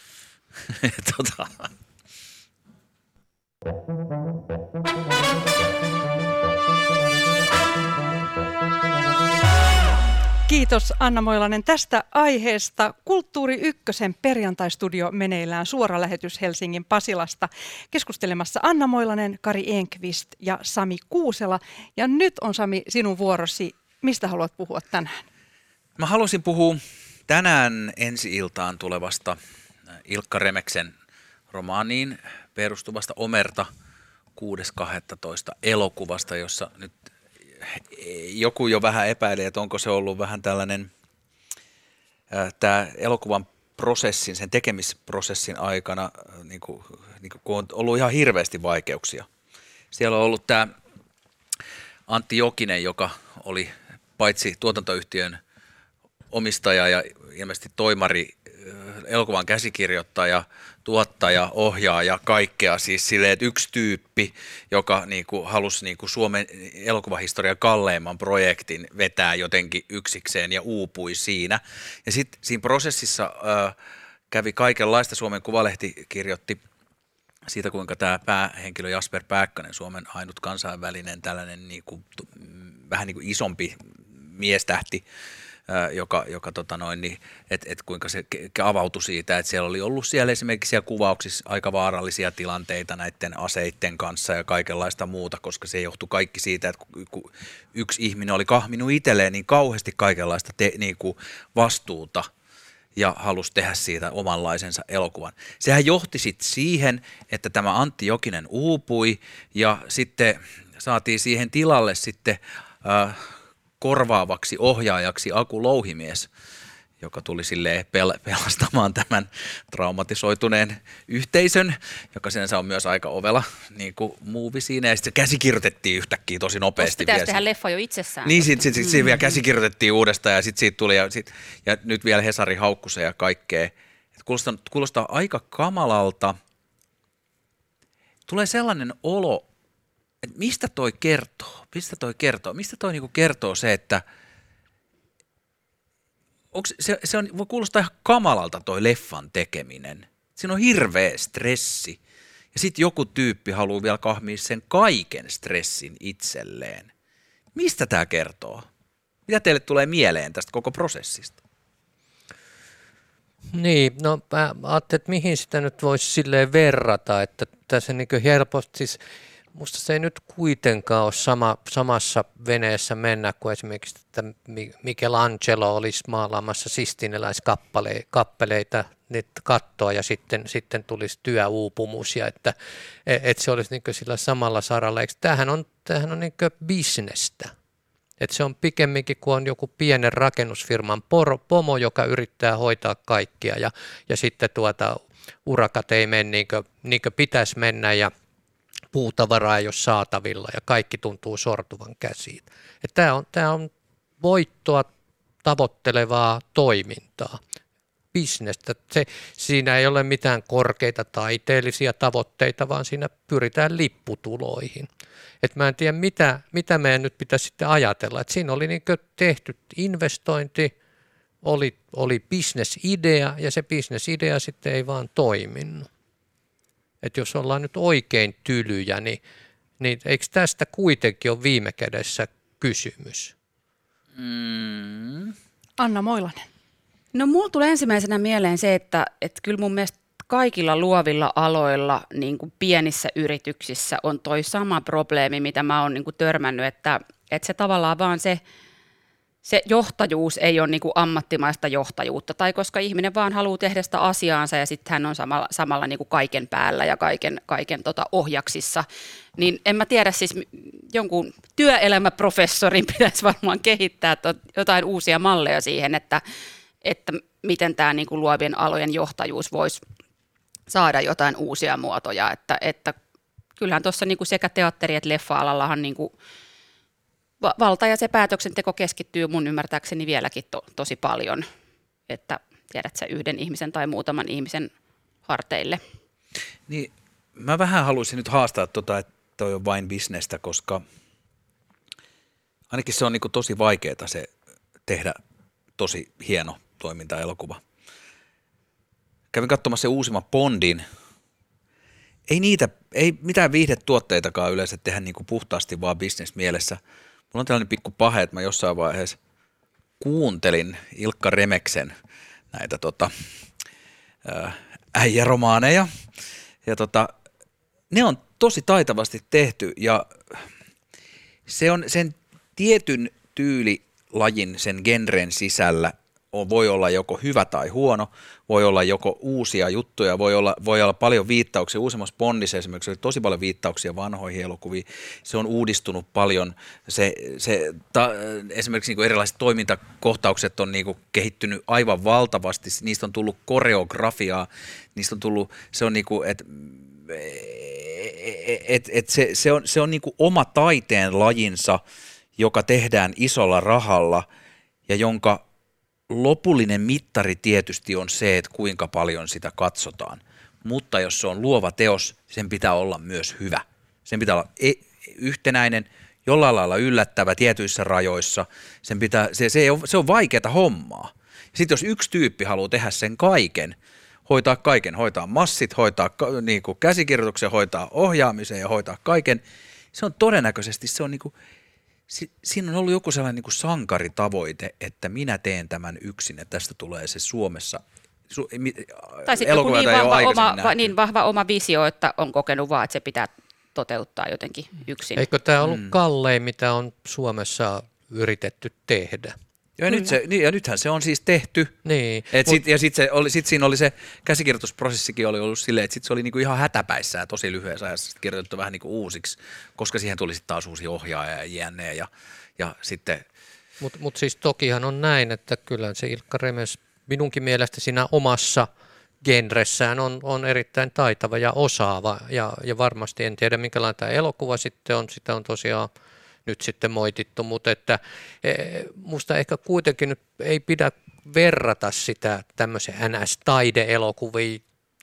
Kiitos Anna Moilanen tästä aiheesta. Kulttuuri Ykkösen perjantaistudio meneillään, suora lähetys Helsingin Pasilasta. Keskustelemassa Anna Moilanen, Kari Enqvist ja Sami Kuusela. Ja nyt on Sami sinun vuorosi. Mistä haluat puhua tänään? Mä haluaisin puhua tänään ensi-iltaan tulevasta Ilkka Remeksen romaaniin perustuvasta Omerta 6.12. elokuvasta, jossa nyt joku jo vähän epäili, että onko se ollut vähän tällainen tämä elokuvan prosessin, sen tekemisprosessin aikana, kun on ollut ihan hirveästi vaikeuksia. Siellä on ollut tämä Antti Jokinen, joka oli paitsi tuotantoyhtiön omistaja ja ilmeisesti toimari, elokuvan käsikirjoittaja, tuottaja, ohjaaja, kaikkea. Siis silleen, että yksi tyyppi, joka halusi Suomen elokuvahistorian kalleimman projektin vetää jotenkin yksikseen ja uupui siinä. Ja sitten siinä prosessissa kävi kaikenlaista. Suomen Kuvalehti kirjoitti siitä, kuinka tämä päähenkilö Jasper Pääkkönen, Suomen ainut kansainvälinen tällainen vähän niin kuin isompi miestähti, että kuinka se avautui siitä, että siellä oli ollut siellä esimerkiksi siellä kuvauksissa aika vaarallisia tilanteita näiden aseiden kanssa ja kaikenlaista muuta, koska se johtui kaikki siitä, että kun yksi ihminen oli kahminut itselleen niin kauheasti kaikenlaista vastuuta ja halusi tehdä siitä omanlaisensa elokuvan. Sehän johti sitten siihen, että tämä Antti Jokinen uupui ja sitten saatiin siihen tilalle sitten korvaavaksi ohjaajaksi Aku Louhimies, joka tuli silleen pelastamaan tämän traumatisoituneen yhteisön, joka sinänsä on myös aika ovela niin kuin movie siinä, ja sitten se käsikirjoitettiin yhtäkkiä tosi nopeasti. Pitäisi tehdä leffa jo itsessään. Niin, sitten vielä käsikirjoitettiin uudestaan, ja sitten siitä tuli, ja nyt vielä Hesari haukkusen ja kaikkea. Kuulostaa aika kamalalta. Tulee sellainen olo, että mistä toi kertoo? Mistä toi niinku kertoo se, että voi kuulostaa ihan kamalalta toi leffan tekeminen. Siinä on hirveä stressi. Ja sitten joku tyyppi haluaa vielä kahmia sen kaiken stressin itselleen. Mistä tämä kertoo? Mitä teille tulee mieleen tästä koko prosessista? Niin, no mä ajattelin, että mihin sitä nyt voisi silleen verrata, että tässä niin helposti, siis musta se ei nyt kuitenkaan ole samassa veneessä mennä kuin esimerkiksi, että Michelangelo olisi maalaamassa sistineläiskappaleita, niitä kattoa ja sitten tulisi työuupumus ja että se olisi niin sillä samalla saralla. Tämähän on niin bisnestä. Että se on pikemminkin, kun on joku pienen rakennusfirman pomo, joka yrittää hoitaa kaikkia ja sitten urakat ei mene niin kuin pitäisi mennä ja puutavaraa ei ole saatavilla ja kaikki tuntuu sortuvan käsiin. Tämä on voittoa tavoittelevaa toimintaa, bisnestä. Siinä ei ole mitään korkeita taiteellisia tavoitteita, vaan siinä pyritään lipputuloihin. Mä en tiedä, mitä meidän nyt pitäisi sitten ajatella. Et siinä oli niin tehty investointi, oli bisnesidea ja se bisnesidea sitten ei vaan toiminut. Että jos ollaan nyt oikein tylyjä, niin eikö tästä kuitenkin ole viime kädessä kysymys? Anna Moilanen. No mulla tulee ensimmäisenä mieleen se, että kyllä mun mielestä kaikilla luovilla aloilla, niin kuin pienissä yrityksissä on toi sama probleemi, mitä mä oon niin kuin törmännyt, että se tavallaan vaan se johtajuus ei ole niin kuin ammattimaista johtajuutta, tai koska ihminen vaan haluaa tehdä sitä asiaansa ja sitten hän on samalla niin kuin kaiken päällä ja kaiken ohjaksissa, niin en mä tiedä, siis jonkun työelämäprofessorin pitäisi varmaan kehittää jotain uusia malleja siihen, että miten tämä niin kuin luovien alojen johtajuus voisi saada jotain uusia muotoja, että kyllähän tuossa niin kuin sekä teatteri- että leffa-alallahan niin kuin valta ja se päätöksenteko keskittyy mun ymmärtääkseni vieläkin tosi paljon, että tiedät sä yhden ihmisen tai muutaman ihmisen harteille. Niin, mä vähän haluaisin nyt haastaa että toi on vain bisnestä, koska ainakin se on niinku tosi vaikeaa se tehdä tosi hieno toimintaelokuva. Kävin katsomassa se uusimman Bondin. Ei mitään viihdetuotteitakaan yleensä tehdä niinku puhtaasti vaan bisnesmielessä. Mulla on tällainen pikku pahe, että mä jossain vaiheessa kuuntelin Ilkka Remeksen näitä äijäromaaneja. Ja ne on tosi taitavasti tehty ja se on sen tietyn tyylilajin, sen genren sisällä voi olla joko hyvä tai huono, voi olla joko uusia juttuja, voi olla paljon viittauksia. Uusimmassa Bondissa esimerkiksi oli tosi paljon viittauksia vanhoihin elokuviin. Se on uudistunut paljon. Esimerkiksi niin erilaiset toimintakohtaukset on niin kehittynyt aivan valtavasti. Niistä on tullut koreografiaa. Niistä on tullut, se on niin kuin, se on niin kuin oma taiteen lajinsa, joka tehdään isolla rahalla ja jonka lopullinen mittari tietysti on se, että kuinka paljon sitä katsotaan, mutta jos se on luova teos, sen pitää olla myös hyvä. Sen pitää olla yhtenäinen, jollain lailla yllättävä tietyissä rajoissa. Se on vaikeaa hommaa. Sitten jos yksi tyyppi haluaa tehdä sen kaiken, hoitaa massit, hoitaa niin kuin käsikirjoituksen, hoitaa ohjaamisen ja hoitaa kaiken, se on todennäköisesti, siinä on ollut joku sellainen niin kuin sankaritavoite, että minä teen tämän yksin, että tästä tulee se Suomessa. Tai sitten joku niin vahva oma visio, että on kokenut vaan, että se pitää toteuttaa jotenkin yksin. Eikö tämä ollut kallein, mitä on Suomessa yritetty tehdä? Ja nythän se on siis tehty. Niin. Sitten siinä oli se käsikirjoitusprosessikin oli ollut silleen, että sit se oli niinku ihan hätäpäissä ja tosi lyhyessä ajassa kirjoitettu vähän niinku uusiksi, koska siihen tuli sitten taas uusi ohjaaja ja jne. Ja sitten. Mut siis tokihan on näin, että kyllä se Ilkka Remes minunkin mielestä siinä omassa genressään on erittäin taitava ja osaava ja varmasti en tiedä minkälainen tämä elokuva sitten on, sitä on tosiaan nyt sitten moitittu, mutta että musta ehkä kuitenkin nyt ei pidä verrata sitä tämmöisen NS-taideelokuviin.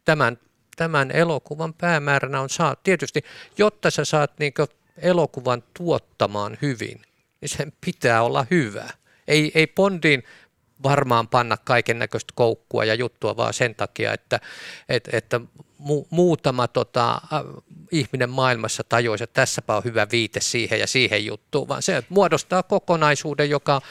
Tämän elokuvan päämääränä on tietysti, jotta sä saat niinku elokuvan tuottamaan hyvin, niin sen pitää olla hyvä. Ei Bondiin varmaan panna kaiken näköistä koukkua ja juttua vaan sen takia, että muutama ihminen maailmassa tajuisi, että tässäpä on hyvä viite siihen ja siihen juttuun, vaan se muodostaa kokonaisuuden,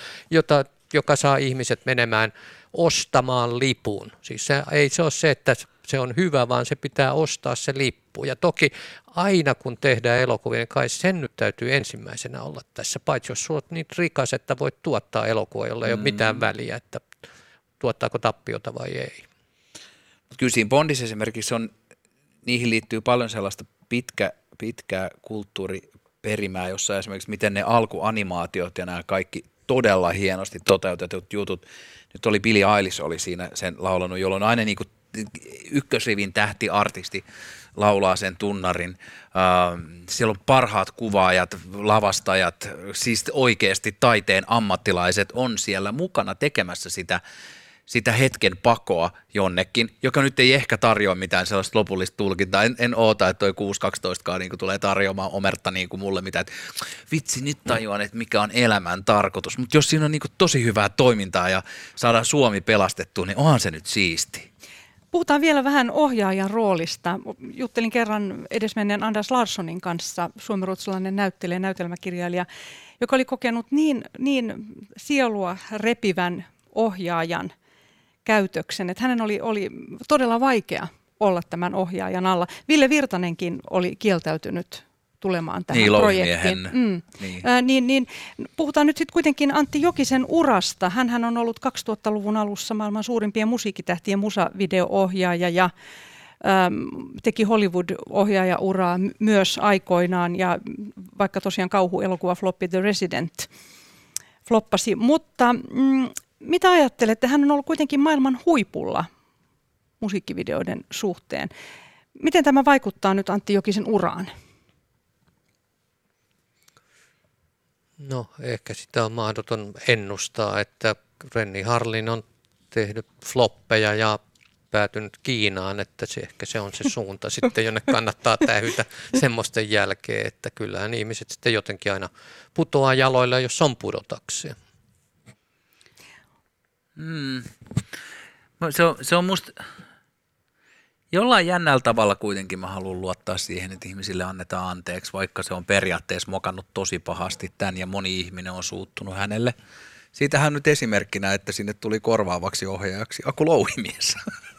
joka saa ihmiset menemään ostamaan lipun. Siis ei se ole se, että se on hyvä, vaan se pitää ostaa se lippu. Ja toki aina kun tehdään elokuvia, niin kai sen nyt täytyy ensimmäisenä olla tässä, paitsi jos olet niin rikas, että voit tuottaa elokuvia, jolla ei ole mitään väliä, että tuottaako tappiota vai ei. Kyllä siinä Bondissa esimerkiksi niihin liittyy paljon sellaista pitkää kulttuuriperimää, jossa esimerkiksi miten ne alkuanimaatiot ja nämä kaikki todella hienosti toteutetut jutut. Nyt oli Billie Eilish oli siinä sen laulanut, jolloin aina niin kuin ykkösrivin tähtiartisti laulaa sen tunnarin. Siellä on parhaat kuvaajat, lavastajat, siis oikeasti taiteen ammattilaiset on siellä mukana tekemässä sitä hetken pakoa jonnekin, joka nyt ei ehkä tarjoa mitään sellaista lopullista tulkintaa. En oota, että toi 6.12kaan niin tulee tarjoamaan omerta niin kuin mulle mitään, että vitsi, nyt tajuan, että mikä on elämän tarkoitus. Mutta jos siinä on niin kuin tosi hyvää toimintaa ja saadaan Suomi pelastettua, niin onhan se nyt siisti. Puhutaan vielä vähän ohjaajan roolista. Juttelin kerran edesmenneen Anders Larssonin kanssa, suomenruotsalainen näyttelijä, näytelmäkirjailija, joka oli kokenut niin sielua repivän ohjaajan käytöksen, että hänen oli todella vaikea olla tämän ohjaajan alla. Ville Virtanenkin oli kieltäytynyt tulemaan tähän projektiin. Niin, puhutaan nyt sitten kuitenkin Antti Jokisen urasta. Hänhän on ollut 2000-luvun alussa maailman suurimpien musiikkitähtien musavideo-ohjaaja ja teki Hollywood-ohjaajauraa myös aikoinaan, ja vaikka tosiaan kauhuelokuva floppi The Resident floppasi. Mutta mitä ajattelette? Hän on ollut kuitenkin maailman huipulla musiikkivideoiden suhteen. Miten tämä vaikuttaa nyt Antti Jokisen uraan? No ehkä sitä on mahdoton ennustaa, että Renny Harlin on tehnyt floppeja ja päätynyt Kiinaan, että ehkä se on se suunta sitten, jonne kannattaa tähytä semmoisten jälkeen, että kyllähän ihmiset sitten jotenkin aina putoaa jaloilla, jos on pudotakseen. Se on musta jollain jännällä tavalla kuitenkin mä haluan luottaa siihen, että ihmisille annetaan anteeksi, vaikka se on periaatteessa mokannut tosi pahasti tämän ja moni ihminen on suuttunut hänelle. Siitähän nyt esimerkkinä, että sinne tuli korvaavaksi ohjaajaksi Aku Louhimies.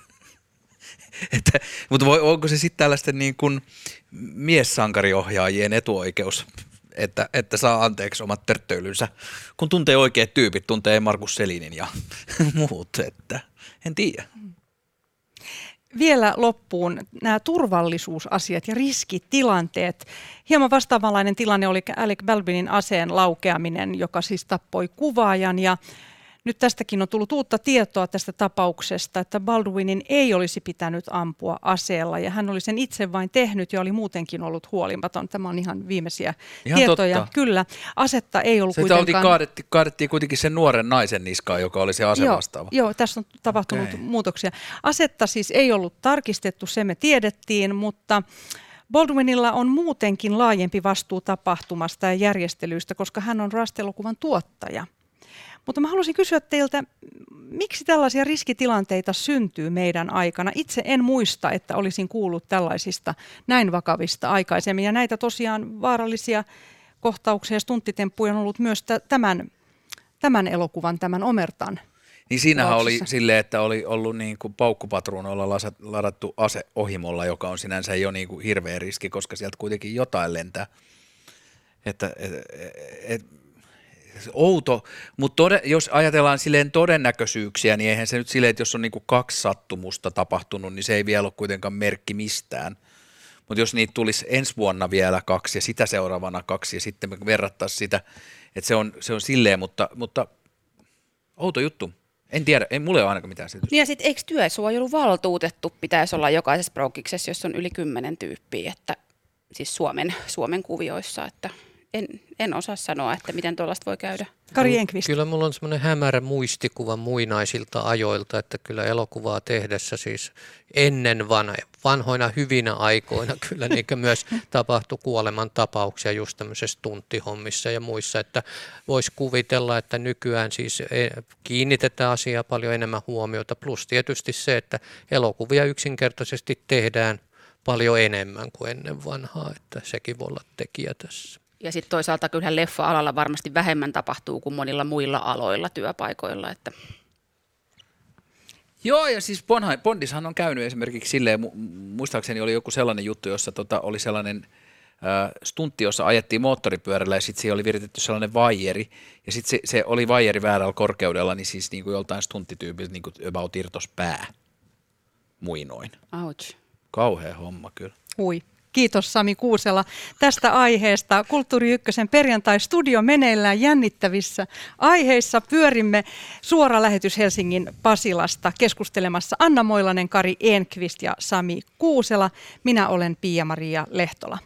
Mutta onko se sitten tällaisten niin kuin miessankariohjaajien etuoikeus, että saa anteeksi omat törttöilynsä, kun tuntee oikeat tyypit, tuntee Markus Selinin ja muut, että en tiedä. Vielä loppuun nämä turvallisuusasiat ja riskitilanteet. Hieman vastaavanlainen tilanne oli Alec Baldwinin aseen laukeaminen, joka siis tappoi kuvaajan. Ja nyt tästäkin on tullut uutta tietoa tästä tapauksesta, että Baldwinin ei olisi pitänyt ampua aseella. Ja hän oli sen itse vain tehnyt ja oli muutenkin ollut huolimaton. Tämä on ihan viimeisiä tietoja. Totta. Kyllä, asetta ei ollut kuitenkaan. Kaadettiin kuitenkin sen nuoren naisen niskaan, joka oli se asevastaava. Joo, tässä on tapahtunut muutoksia. Asetta siis ei ollut tarkistettu, se me tiedettiin, mutta Baldwinilla on muutenkin laajempi vastuu tapahtumasta ja järjestelyistä, koska hän on Rust-elokuvan tuottaja. Mutta mä haluaisin kysyä teiltä, miksi tällaisia riskitilanteita syntyy meidän aikana? Itse en muista, että olisin kuullut tällaisista näin vakavista aikaisemmin. Ja näitä tosiaan vaarallisia kohtauksia ja stunttitemppuja on ollut myös tämän elokuvan, tämän Omertan. Niin siinähän oli silleen, että oli ollut niin kuin paukkupatruunoilla ladattu ase ohimolla, joka on sinänsä jo niin kuin hirveä riski, koska sieltä kuitenkin jotain lentää. Outo, mutta jos ajatellaan silleen todennäköisyyksiä, niin eihän se nyt silleen, että jos on niinku 2 sattumusta tapahtunut, niin se ei vielä ole kuitenkaan merkki mistään. Mutta jos niitä tulisi ensi vuonna vielä 2 ja sitä seuraavana 2 ja sitten me verrattaisiin sitä, että se on silleen, mutta outo juttu. En tiedä, ei mulle ole ainakaan mitään selitystä. Niin ja sitten eikö työsuojeluvaltuutettu pitäisi olla jokaisessa prokiksessa, jos on yli 10 tyyppiä, että siis Suomen kuvioissa, että en osaa sanoa, että miten tuollaista voi käydä. Kari Enqvist. Kyllä mulla on semmoinen hämärä muistikuva muinaisilta ajoilta, että kyllä elokuvaa tehdessä siis ennen vanhoina hyvinä aikoina kyllä niinkö myös tapahtui kuolemantapauksia just tämmöisessä tunttihommissa ja muissa, että voisi kuvitella, että nykyään siis kiinnitetään asiaa paljon enemmän huomiota, plus tietysti se, että elokuvia yksinkertaisesti tehdään paljon enemmän kuin ennen vanhaa, että sekin voi olla tekijä tässä. Ja sitten toisaalta kyllähän leffa-alalla varmasti vähemmän tapahtuu kuin monilla muilla aloilla, työpaikoilla. Että. Joo, ja siis Bondissahan on käynyt esimerkiksi silleen, muistaakseni oli joku sellainen juttu, jossa oli sellainen stuntti, jossa ajettiin moottoripyörällä ja sitten siihen oli viritetty sellainen vaijeri. Ja sitten se oli vaijeri väärällä korkeudella, niin siis niin kuin joltain stunttityypiltä niin kuin about irtos pää muinoin. Ouch. Kauhea homma kyllä. Hui. Kiitos Sami Kuusela tästä aiheesta. Kulttuuri Ykkösen perjantai-studio meneillään jännittävissä aiheissa. Pyörimme suora lähetys Helsingin Pasilasta keskustelemassa Anna Moilanen, Kari Enqvist ja Sami Kuusela. Minä olen Pia-Maria Lehtola.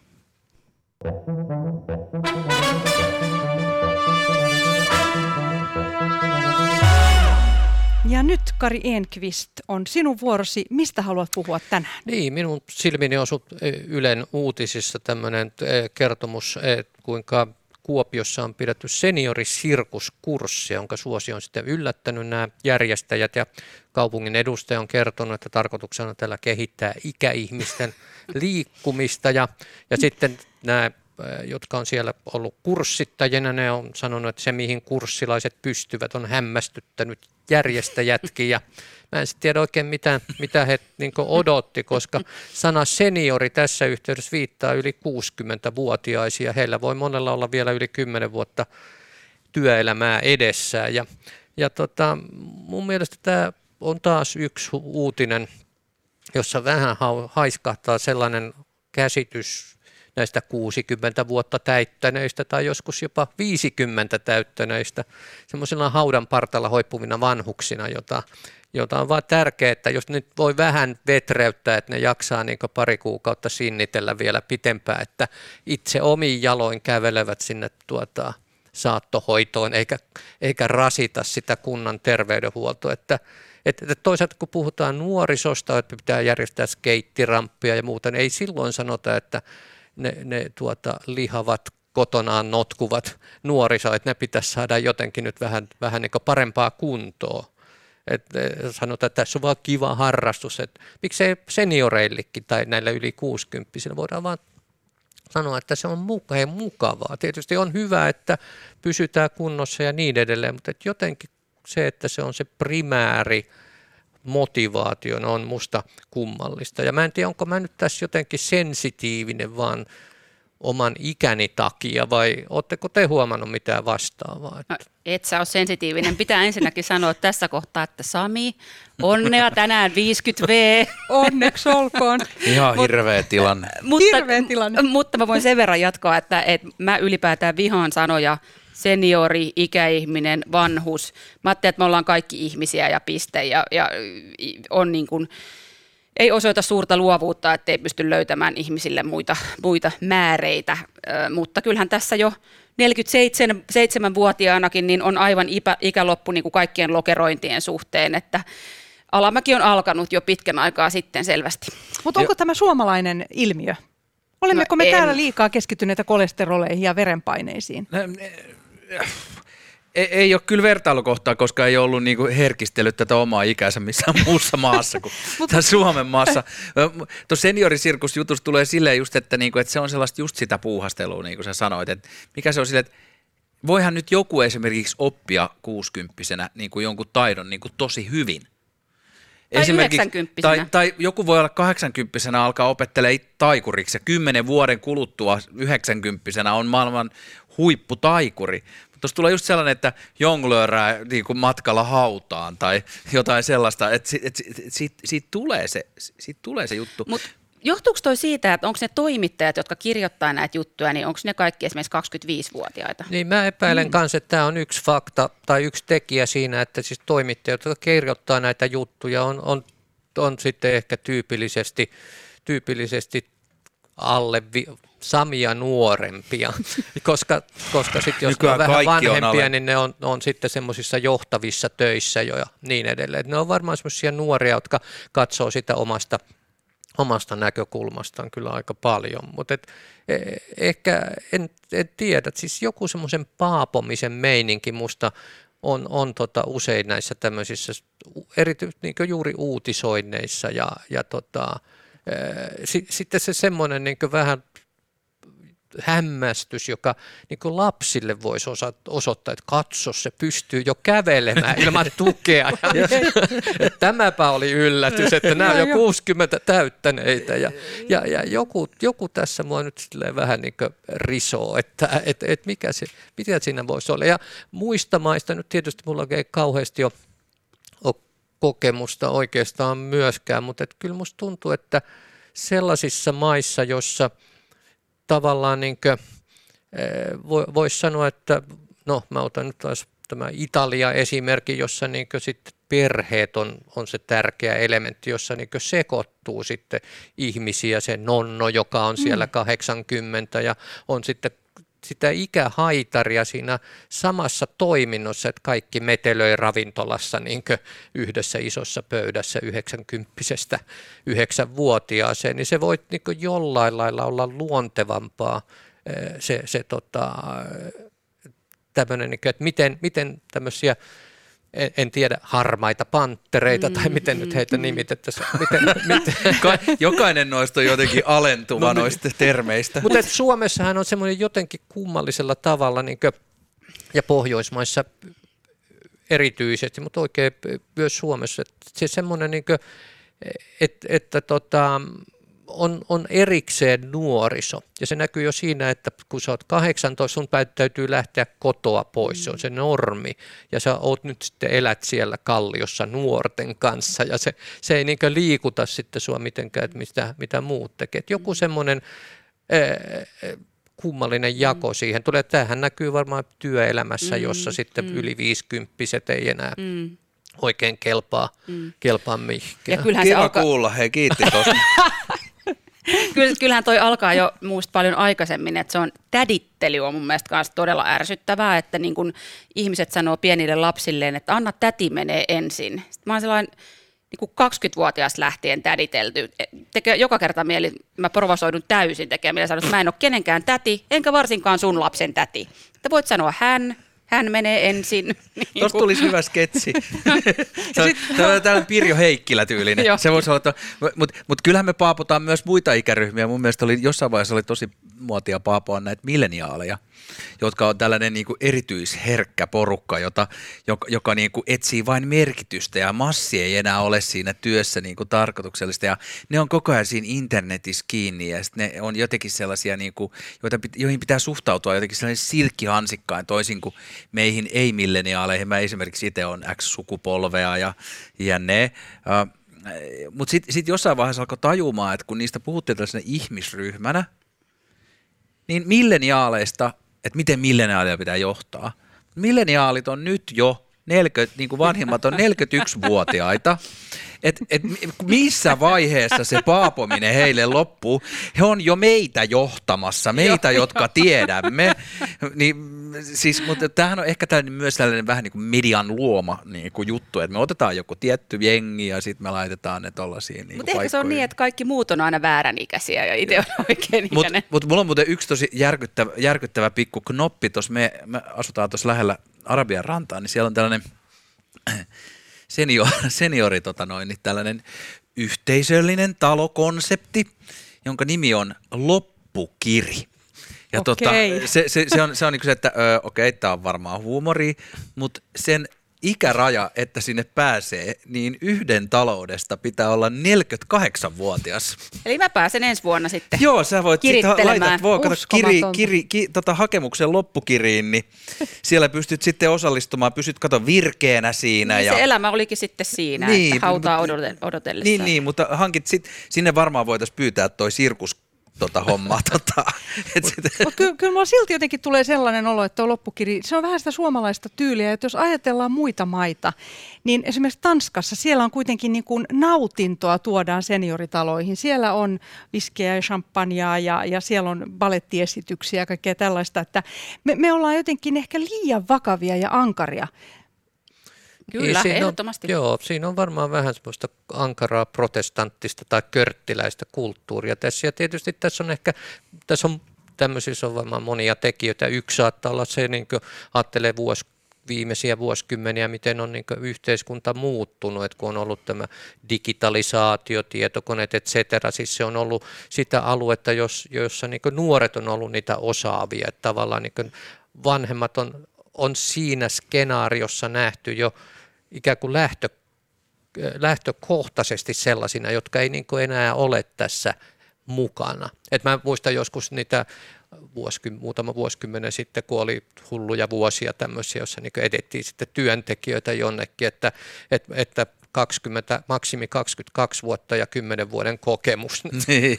Ja nyt Kari Enqvist on sinun vuorosi. Mistä haluat puhua tänään? Niin, minun silmini osui Ylen uutisissa tämmöinen kertomus, kuinka Kuopiossa on pidetty seniorisirkuskurssi, jonka suosio on sitten yllättänyt nämä järjestäjät ja kaupungin edustaja on kertonut, että tarkoituksena on tällä kehittää ikäihmisten liikkumista ja sitten nämä jotka on siellä ollut kurssittajina, ne on sanonut, että se mihin kurssilaiset pystyvät on hämmästyttänyt järjestäjätkin ja mä en sitten tiedä oikein mitä he niin odotti, koska sana seniori tässä yhteydessä viittaa yli 60-vuotiaisia. Heillä voi monella olla vielä yli 10 vuotta työelämää edessään ja mun mielestä tämä on taas yksi uutinen, jossa vähän haiskahtaa sellainen käsitys näistä 60 vuotta täyttäneistä tai joskus jopa 50 täyttäneistä, semmoisilla haudan partalla hoippuvina vanhuksina, jota on vaan tärkeää, että jos nyt voi vähän vetreyttää, että ne jaksaa niin pari kuukautta sinnitellä vielä pitempään, että itse omiin jaloin kävelevät sinne saattohoitoon eikä rasita sitä kunnan terveydenhuoltoa, että toisaalta kun puhutaan nuorisosta, että pitää järjestää skeittirampia ja muuta, niin ei silloin sanota, että ne lihavat kotonaan notkuvat nuoriso, että ne pitäisi saada jotenkin nyt vähän niin parempaa kuntoa. Sanotaan, että tässä on vaan kiva harrastus, että miksei senioreillekin tai näillä yli 60-vuotiailla voidaan vaan sanoa, että se on mukavaa. Tietysti on hyvä, että pysytään kunnossa ja niin edelleen, mutta jotenkin se, että se on se primääri motivaatio on musta kummallista. Ja mä en tiedä, onko mä nyt tässä jotenkin sensitiivinen vaan oman ikäni takia vai ootteko te huomannut mitään vastaavaa? No, et sä ole sensitiivinen. Pitää ensinnäkin sanoa tässä kohtaa, että Sami, onnea tänään 50V. Onneksi olkoon. Ihan hirveä tilanne. Hirveä tilanne. Mutta mä voin sen verran jatkaa, että mä ylipäätään vihaan sanoja seniori, ikäihminen, vanhus. Mä ajattelin, että me ollaan kaikki ihmisiä ja piste ja on niin kuin, ei osoita suurta luovuutta, ettei pysty löytämään ihmisille muita määreitä, mutta kyllähän tässä jo 47-vuotiaanakin niin on aivan ikäloppu niin kuin kaikkien lokerointien suhteen, että alamäki on alkanut jo pitkän aikaa sitten selvästi. Mutta onko tämä suomalainen ilmiö? Olemmeko me täällä liikaa keskittyneitä kolesteroleihin ja verenpaineisiin? Ei ole kyllä vertailukohtaa, koska ei ollut niinku herkistellyt tätä omaa ikänsä missään muussa maassa kuin tässä Suomen maassa. Tuossa seniorisirkusjutussa tulee silleen just, että se on sellaista just sitä puuhastelua, niin kuin sä sanoit. Että mikä se on silleen, että voihan nyt joku esimerkiksi oppia 60-vuotiaana niin kuin jonkun taidon niin kuin tosi hyvin. Tai 90-vuotiaana. Tai joku voi olla 80-vuotiaana alkaa opettelemaan taikuriksi ja 10 vuoden kuluttua 90-vuotiaana on maailman huipputaikuri. Tuossa tulee just sellainen, että jonglöörää niin kuin matkalla hautaan tai jotain sellaista, että siitä tulee se juttu. Johtuuko toi siitä, että onko ne toimittajat, jotka kirjoittaa näitä juttuja, niin onko ne kaikki esimerkiksi 25-vuotiaita? Niin mä epäilen kanssa, että tämä on yksi fakta tai yksi tekijä siinä, että siis toimittajat, jotka kirjoittaa näitä juttuja, on sitten ehkä tyypillisesti alle Samia nuorempia, koska sitten jos ne on vähän vanhempia, niin ne on sitten semmoisissa johtavissa töissä jo ja niin edelleen. Ne on varmaan semmoisia nuoria, jotka katsoo sitä omasta näkökulmastaan kyllä aika paljon, mutta ehkä en tiedä, siis joku semmoisen paapomisen meininki musta on usein näissä tämmöisissä, erityisesti niin juuri uutisoinneissa ja sitten se semmoinen niin vähän hämmästys, joka niin kuin lapsille voisi osoittaa, että katso, se pystyy jo kävelemään ilman tukea. Tämäpä oli yllätys, että nämä on jo 60 täyttäneitä. Ja joku tässä mua nyt vähän niin kuin risoo, että mitä siinä voisi olla. Ja muista maista nyt tietysti mulla ei kauheasti ole kokemusta oikeastaan myöskään, mutta kyllä musta tuntuu, että sellaisissa maissa, jossa tavallaan niin voisi sanoa, että no mä otan nyt taas tämä Italia-esimerkki, jossa niin sitten perheet on se tärkeä elementti, jossa niin sekoittuu sitten ihmisiä, se nonno, joka on siellä 80 ja on sitten sitä ikähaitaria siinä samassa toiminnossa, että kaikki metelöi ravintolassa niin yhdessä isossa pöydässä 90-vuotiaasta 9-vuotiaaseen, niin se voi niin jollain lailla olla luontevampaa se tämmöinen, että miten tämmöisiä, en tiedä, harmaita panttereita tai miten nyt heitä nimitettäisiin. Jokainen noista on jotenkin alentuva noista termeistä. Mutta Suomessahan on semmoinen jotenkin kummallisella tavalla, niin kuin, ja Pohjoismaissa erityisesti, mutta oikein myös Suomessa, että se semmoinen, niin kuin, että on erikseen nuoriso. Ja se näkyy jo siinä, että kun sä oot 18, sun täytyy lähteä kotoa pois. Se on se normi. Ja sä oot nyt sitten elät siellä kalliossa nuorten kanssa. Ja se ei niinkö liikuta sitten sua mitenkään, että mitä muut tekee. Et joku semmoinen kummallinen jako siihen tulee. Tämähän näkyy varmaan työelämässä, jossa sitten yli 50-vuotiaat ei enää oikein kelpaa mihinkään. Kiva kuulla, hei kiitti tuosta. Kyllähän toi alkaa jo muusta paljon aikaisemmin, että se on tädittely on mun mielestä myös todella ärsyttävää, että niin kun ihmiset sanoo pienille lapsilleen, että anna täti menee ensin. Sitten mä oon sellainen niin kuin 20-vuotias lähtien täditelty. Tekee joka kerta mieli, mä provosoidun täysin tekemään mieli sanoa, että mä en ole kenenkään täti, enkä varsinkaan sun lapsen täti. Että voit sanoa hän menee ensin. Tuosta tulisi hyvä sketsi. Tämä on tällainen Pirjo Heikkilä-tyylinen. Se voisi olla, mutta kyllähän me paapotaan myös muita ikäryhmiä. Mun mielestä jossain vaiheessa oli tosi muotia paapoa näitä milleniaaleja, jotka on tällainen niin kuin erityisherkkä porukka, joka niin kuin etsii vain merkitystä ja massi ei enää ole siinä työssä niin kuin tarkoituksellista. Ja ne on koko ajan siinä internetissä kiinni ja ne on jotenkin sellaisia, niin kuin, joihin pitää suhtautua jotenkin sellainen silkkihansikkain toisin kuin meihin ei-milleniaaleihin. Mä esimerkiksi itse olen X-sukupolvea ja ne. Mutta sitten jossain vaiheessa alkoi tajumaan, että kun niistä puhuttiin tällaisena ihmisryhmänä, niin milleniaaleista, että miten milleniaalia pitää johtaa. Milleniaalit on nyt jo, niin kuin vanhimmat on 41-vuotiaita, että missä vaiheessa se paapominen heille loppuu. He on jo meitä johtamassa, meitä, jotka tiedämme. Niin, siis, mutta tämähän on ehkä myös tällainen vähän niin kuin median luoma niin kuin juttu, että me otetaan joku tietty jengi ja sitten me laitetaan ne tollaisiin niin mutta ehkä se on niin, että kaikki muut on aina vääränikäisiä ja itse on oikein ikäinen. Mutta mulla on muuten yksi tosi järkyttävä pikku knoppi tuossa, me asutaan tuossa lähellä Arabian rantaa, niin siellä on tällainen seniori tällainen yhteisöllinen talokonsepti, jonka nimi on Loppukiri. Ja se on niin kuin se, että okei, tämä on varmaan huumoria, mutta sen ikäraja, että sinne pääsee, niin yhden taloudesta pitää olla 48-vuotias. Eli mä pääsen ensi vuonna sitten Joo, sä voit kirittelemään. hakemuksen loppukiriin, niin siellä pystyt sitten osallistumaan, pysyt virkeänä siinä. Niin ja se elämä olikin sitten siinä, niin, että hautaa odotellessa. Niin, mutta hankit sinne varmaan voitaisiin pyytää toi sirkus hommaa. Kyllä mulla silti jotenkin tulee sellainen olo, että tuo loppukiri, se on vähän sitä suomalaista tyyliä, että jos ajatellaan muita maita, niin esimerkiksi Tanskassa siellä on kuitenkin niin kuin nautintoa tuodaan senioritaloihin. Siellä on viskiä ja champagnea ja siellä on balettiesityksiä ja kaikkea tällaista, että me ollaan jotenkin ehkä liian vakavia ja ankaria. Kyllä, ehdottomasti. Siinä on varmaan vähän semmoista ankaraa protestanttista tai körttiläistä kulttuuria tässä. Ja tietysti tässä on tämmöisissä on varmaan monia tekijöitä. Yksi saattaa olla se, niin kuin ajattelee viimeisiä vuosikymmeniä, miten on niin kuin yhteiskunta muuttunut, että kun on ollut tämä digitalisaatio, tietokoneet, et cetera. Siis se on ollut sitä aluetta, jossa niin kuin nuoret on ollut niitä osaavia. Että tavallaan niin kuin vanhemmat on siinä skenaariossa nähty jo ikään kuin lähtökohtaisesti sellaisina, jotka ei niin kuin enää ole tässä mukana. Et mä muistan joskus niitä muutama vuosikymmenen sitten, kun oli hulluja vuosia tämmöisiä, jossa niin kuin edettiin sitten työntekijöitä jonnekin, että maksimi 22 vuotta ja 10 vuoden kokemus. Niin,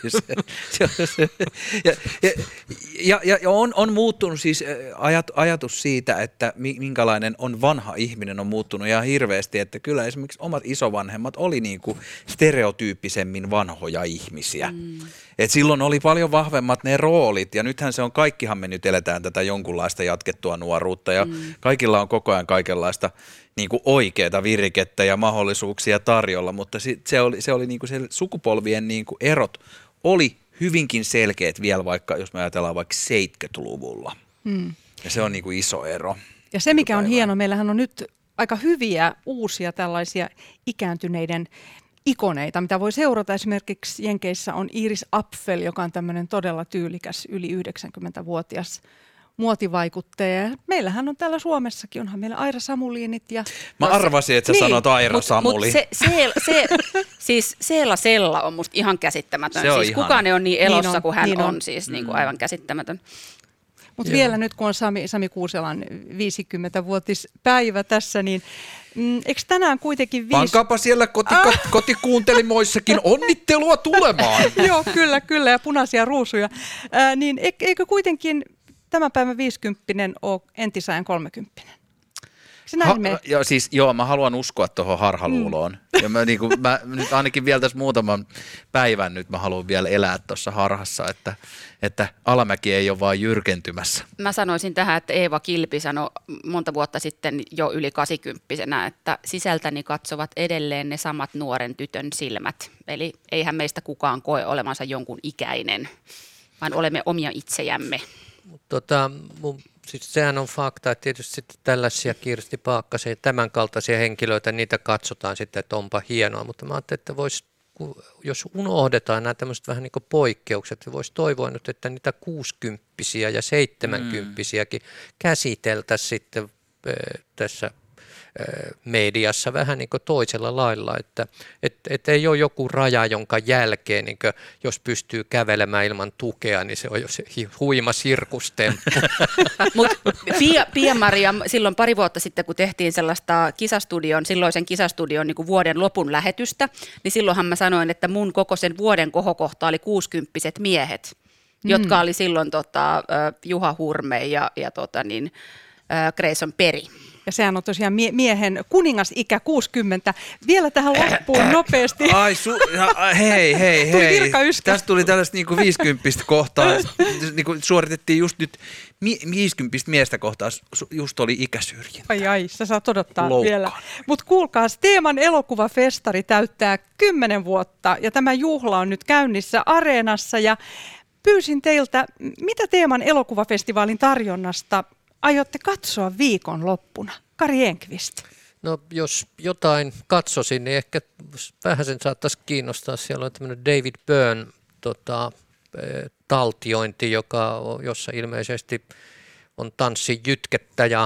on muuttunut siis ajatus siitä, että minkälainen on vanha ihminen on muuttunut ihan hirveästi, että kyllä esimerkiksi omat isovanhemmat oli niin kuin stereotyyppisemmin vanhoja ihmisiä. Et silloin oli paljon vahvemmat ne roolit ja nythän se on, kaikkihan me nyt eletään tätä jonkunlaista jatkettua nuoruutta ja kaikilla on koko ajan kaikenlaista niin kuin oikeaa virikettä ja mahdollisuuksia tarjolla, mutta se oli niin kuin se sukupolvien niin kuin erot oli hyvinkin selkeät vielä, vaikka jos me ajatellaan vaikka 70-luvulla. Ja se on niin kuin iso ero. Ja se mikä on hieno, meillähän on nyt aika hyviä uusia tällaisia ikääntyneiden ikoneita, mitä voi seurata. Esimerkiksi Jenkeissä on Iris Apfel, joka on tämmöinen todella tyylikäs yli 90-vuotias muotivaikuttaja. Meillähän on täällä Suomessakin, onhan meillä Aira Samuliinit. Mä arvasin, että sä sanot Aira Samuli. Siis Seela Sella on musta ihan käsittämätön. Se on siis ihana. kukaan ei ole niin elossa Niin kuin hän niin on. Siis niin kuin aivan käsittämätön. Mutta vielä nyt, kun on Sami Kuuselan 50-vuotispäivä tässä, niin eikö tänään kuitenkin Pankaapa siellä kotikuuntelimoissakin onnittelua tulemaan. Joo, kyllä, ja punaisia ruusuja. Niin eikö kuitenkin tämän päivän 50 ole entisajan 30? Mä haluan uskoa tuohon harhaluuloon. Ja mä nyt ainakin vielä tässä muutaman päivän nyt mä haluan vielä elää tuossa harhassa, että alamäki ei ole vaan jyrkentymässä. Mä sanoisin tähän, että Eeva Kilpi sanoi monta vuotta sitten jo yli 80-vuotiaana, että sisältäni katsovat edelleen ne samat nuoren tytön silmät. Eli eihän meistä kukaan koe olevansa jonkun ikäinen, vaan olemme omia itsejämme. Siis sehän on fakta, että tietysti sitten tällaisia Kirsti Paakkasen ja tämän kaltaisia henkilöitä, niitä katsotaan sitten, että onpa hienoa, mutta mä ajattelin, että jos unohdetaan nämä tämmöiset vähän niin kuin poikkeukset, niin voisi toivoa nyt, että niitä 60-vuotiaita ja 70-vuotiaitakin käsiteltäisiin sitten tässä mediassa vähän niin kuin toisella lailla, että ei ole joku raja, jonka jälkeen, niin kuin, jos pystyy kävelemään ilman tukea, niin se on jo se huima sirkustemppu. Mutta Pia-Maria, silloin pari vuotta sitten, kun tehtiin sellaista silloisen kisastudion niin kuin vuoden lopun lähetystä, niin silloinhan mä sanoin, että mun koko sen vuoden kohokohta oli 60-vuotiaat miehet, jotka oli silloin Juha Hurme ja Grayson Perry. Ja sehän on tosiaan miehen kuningasikä 60. Vielä tähän loppuun nopeasti. Hei. Virkayskä. Tästä tuli tällaista niinku 50 kohtaa. Niinku suoritettiin just nyt 50 miestä kohtaa. Just oli ikäsyrjintä. Ai, sä saat odottaa Loukkaan. vielä. Mutta kuulkaa, Teeman elokuvafestari täyttää 10 vuotta ja tämä juhla on nyt käynnissä Areenassa. Ja pyysin teiltä, mitä Teeman elokuvafestivaalin tarjonnasta aiotte katsoa viikonloppuna? Kari Enqvist. No jos jotain katsoisin, niin ehkä vähän sen saattaisi kiinnostaa. Siellä on tämmöinen David Byrne taltiointi, jossa ilmeisesti on tanssijytkettä ja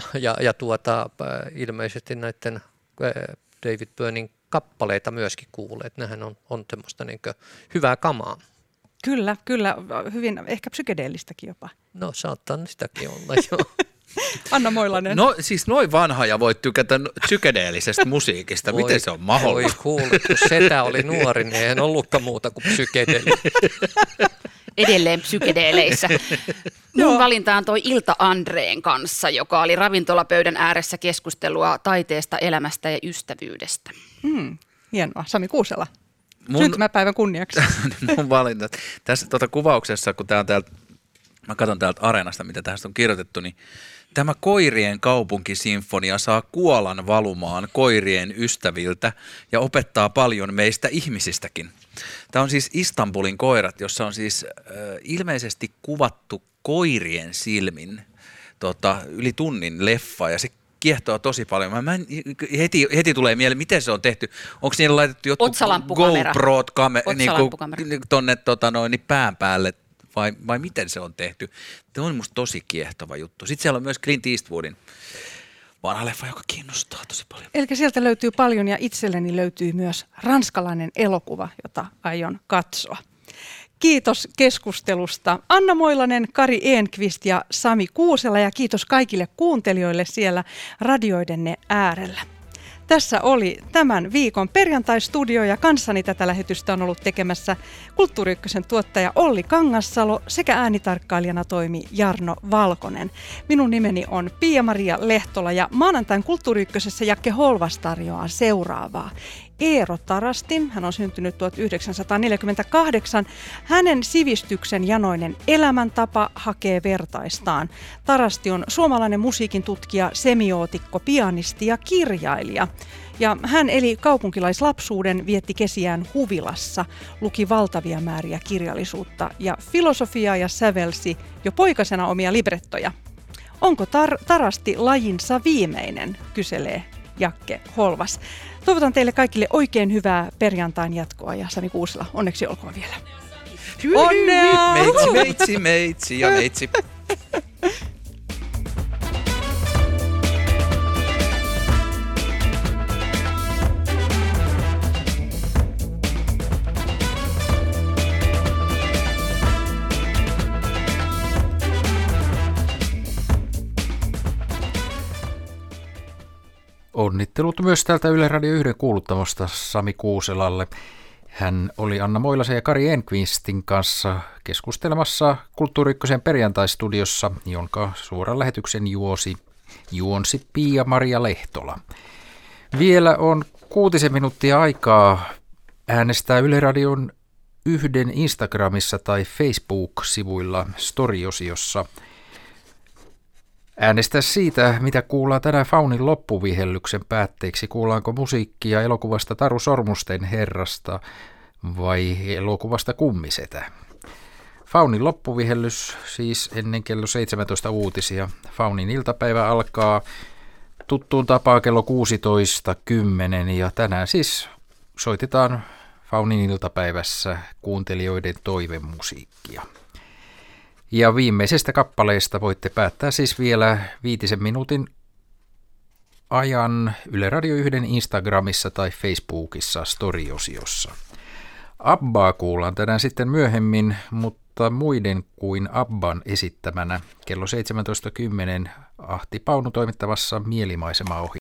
ilmeisesti näiden David Byrnen kappaleita myöskin kuulee, että nehän on semmoista niin hyvää kamaa. Kyllä, hyvin ehkä psykedeellistäkin jopa. No saattaa sitäkin olla, joo. Anna Moilanen. No siis noin vanha voit tykätä psykedeellisestä musiikista. Miten se on mahdollista? Voi kuule, kun setä oli nuori, niin eihän ollutkaan muuta kuin psykedeeli. Edelleen psykedeeleissä. Mun valinta on toi Ilta Andreen kanssa, joka oli ravintolapöydän ääressä keskustelua taiteesta, elämästä ja ystävyydestä. Hienoa. Sami Kuusela. Syntymäpäivän kunniaksi. Mun valinta. Tässä kuvauksessa, kun tää on täältä, mä katson täältä Areenasta, mitä tästä on kirjoitettu, niin tämä koirien kaupunkisinfonia saa kuolan valumaan koirien ystäviltä ja opettaa paljon meistä ihmisistäkin. Tämä on siis Istanbulin koirat, jossa on siis ilmeisesti kuvattu koirien silmin yli tunnin leffa ja se kiehtoo tosi paljon. Heti tulee mieleen, miten se on tehty. Onko niillä laitettu jotkut GoProt tuonne pään päälle vai miten se on tehty? Tämä on musta tosi kiehtova juttu. Sitten siellä on myös Clint Eastwoodin vanha leffa, joka kiinnostaa tosi paljon. Eli sieltä löytyy paljon ja itselleni löytyy myös ranskalainen elokuva, jota aion katsoa. Kiitos keskustelusta Anna Moilanen, Kari Enqvist ja Sami Kuusela ja kiitos kaikille kuuntelijoille siellä radioidenne äärellä. Tässä oli tämän viikon perjantaistudio ja kanssani tätä lähetystä on ollut tekemässä Kulttuuri Ykkösen tuottaja Olli Kangassalo sekä äänitarkkailijana toimi Jarno Valkonen. Minun nimeni on Pia-Maria Lehtola ja maanantain Kulttuuri Ykkösessä Jakke Holvas tarjoaa seuraavaa. Eero Tarastin, hän on syntynyt 1948, hänen sivistyksen janoinen elämäntapa hakee vertaistaan. Tarasti on suomalainen musiikin tutkija, semiootikko, pianisti ja kirjailija. Ja hän eli kaupunkilaislapsuuden, vietti kesiään huvilassa, luki valtavia määriä kirjallisuutta ja filosofiaa ja sävelsi jo poikasena omia librettoja. Onko Tarasti lajinsa viimeinen, kyselee Jakke Holvas. Toivotan teille kaikille oikein hyvää perjantain jatkoa ja Sami Kuusela, onneksi olkoon vielä. Onnea! Meitsi ja meitsi. Onnittelut myös täältä Yle Radio 1 kuuluttamosta Sami Kuuselalle. Hän oli Anna Moilasen ja Kari Enqvistin kanssa keskustelemassa Kulttuuri Ykkösen perjantaistudiossa, jonka suoran lähetyksen juonsi Pia-Maria Lehtola. Vielä on 6 minuuttia aikaa äänestää Yle Radion 1 Instagramissa tai Facebook-sivuilla storiosiossa. Äänestää siitä, mitä kuullaan tänään Faunin loppuvihellyksen päätteeksi. Kuullaanko musiikkia elokuvasta Taru Sormusten herrasta vai elokuvasta Kummisetä? Faunin loppuvihellys siis ennen kello 17 uutisia. Faunin iltapäivä alkaa tuttuun tapaan kello 16:10 ja tänään siis soitetaan Faunin iltapäivässä kuuntelijoiden toivemusiikkia. Ja viimeisestä kappaleesta voitte päättää siis vielä 5 minuutin ajan Yle Radio 1 Instagramissa tai Facebookissa storiosiossa. Abbaa kuullaan tänään sitten myöhemmin, mutta muiden kuin Abban esittämänä kello 17:10 Ahti Paunu toimittamassa Mielimaisema -ohjelmaa.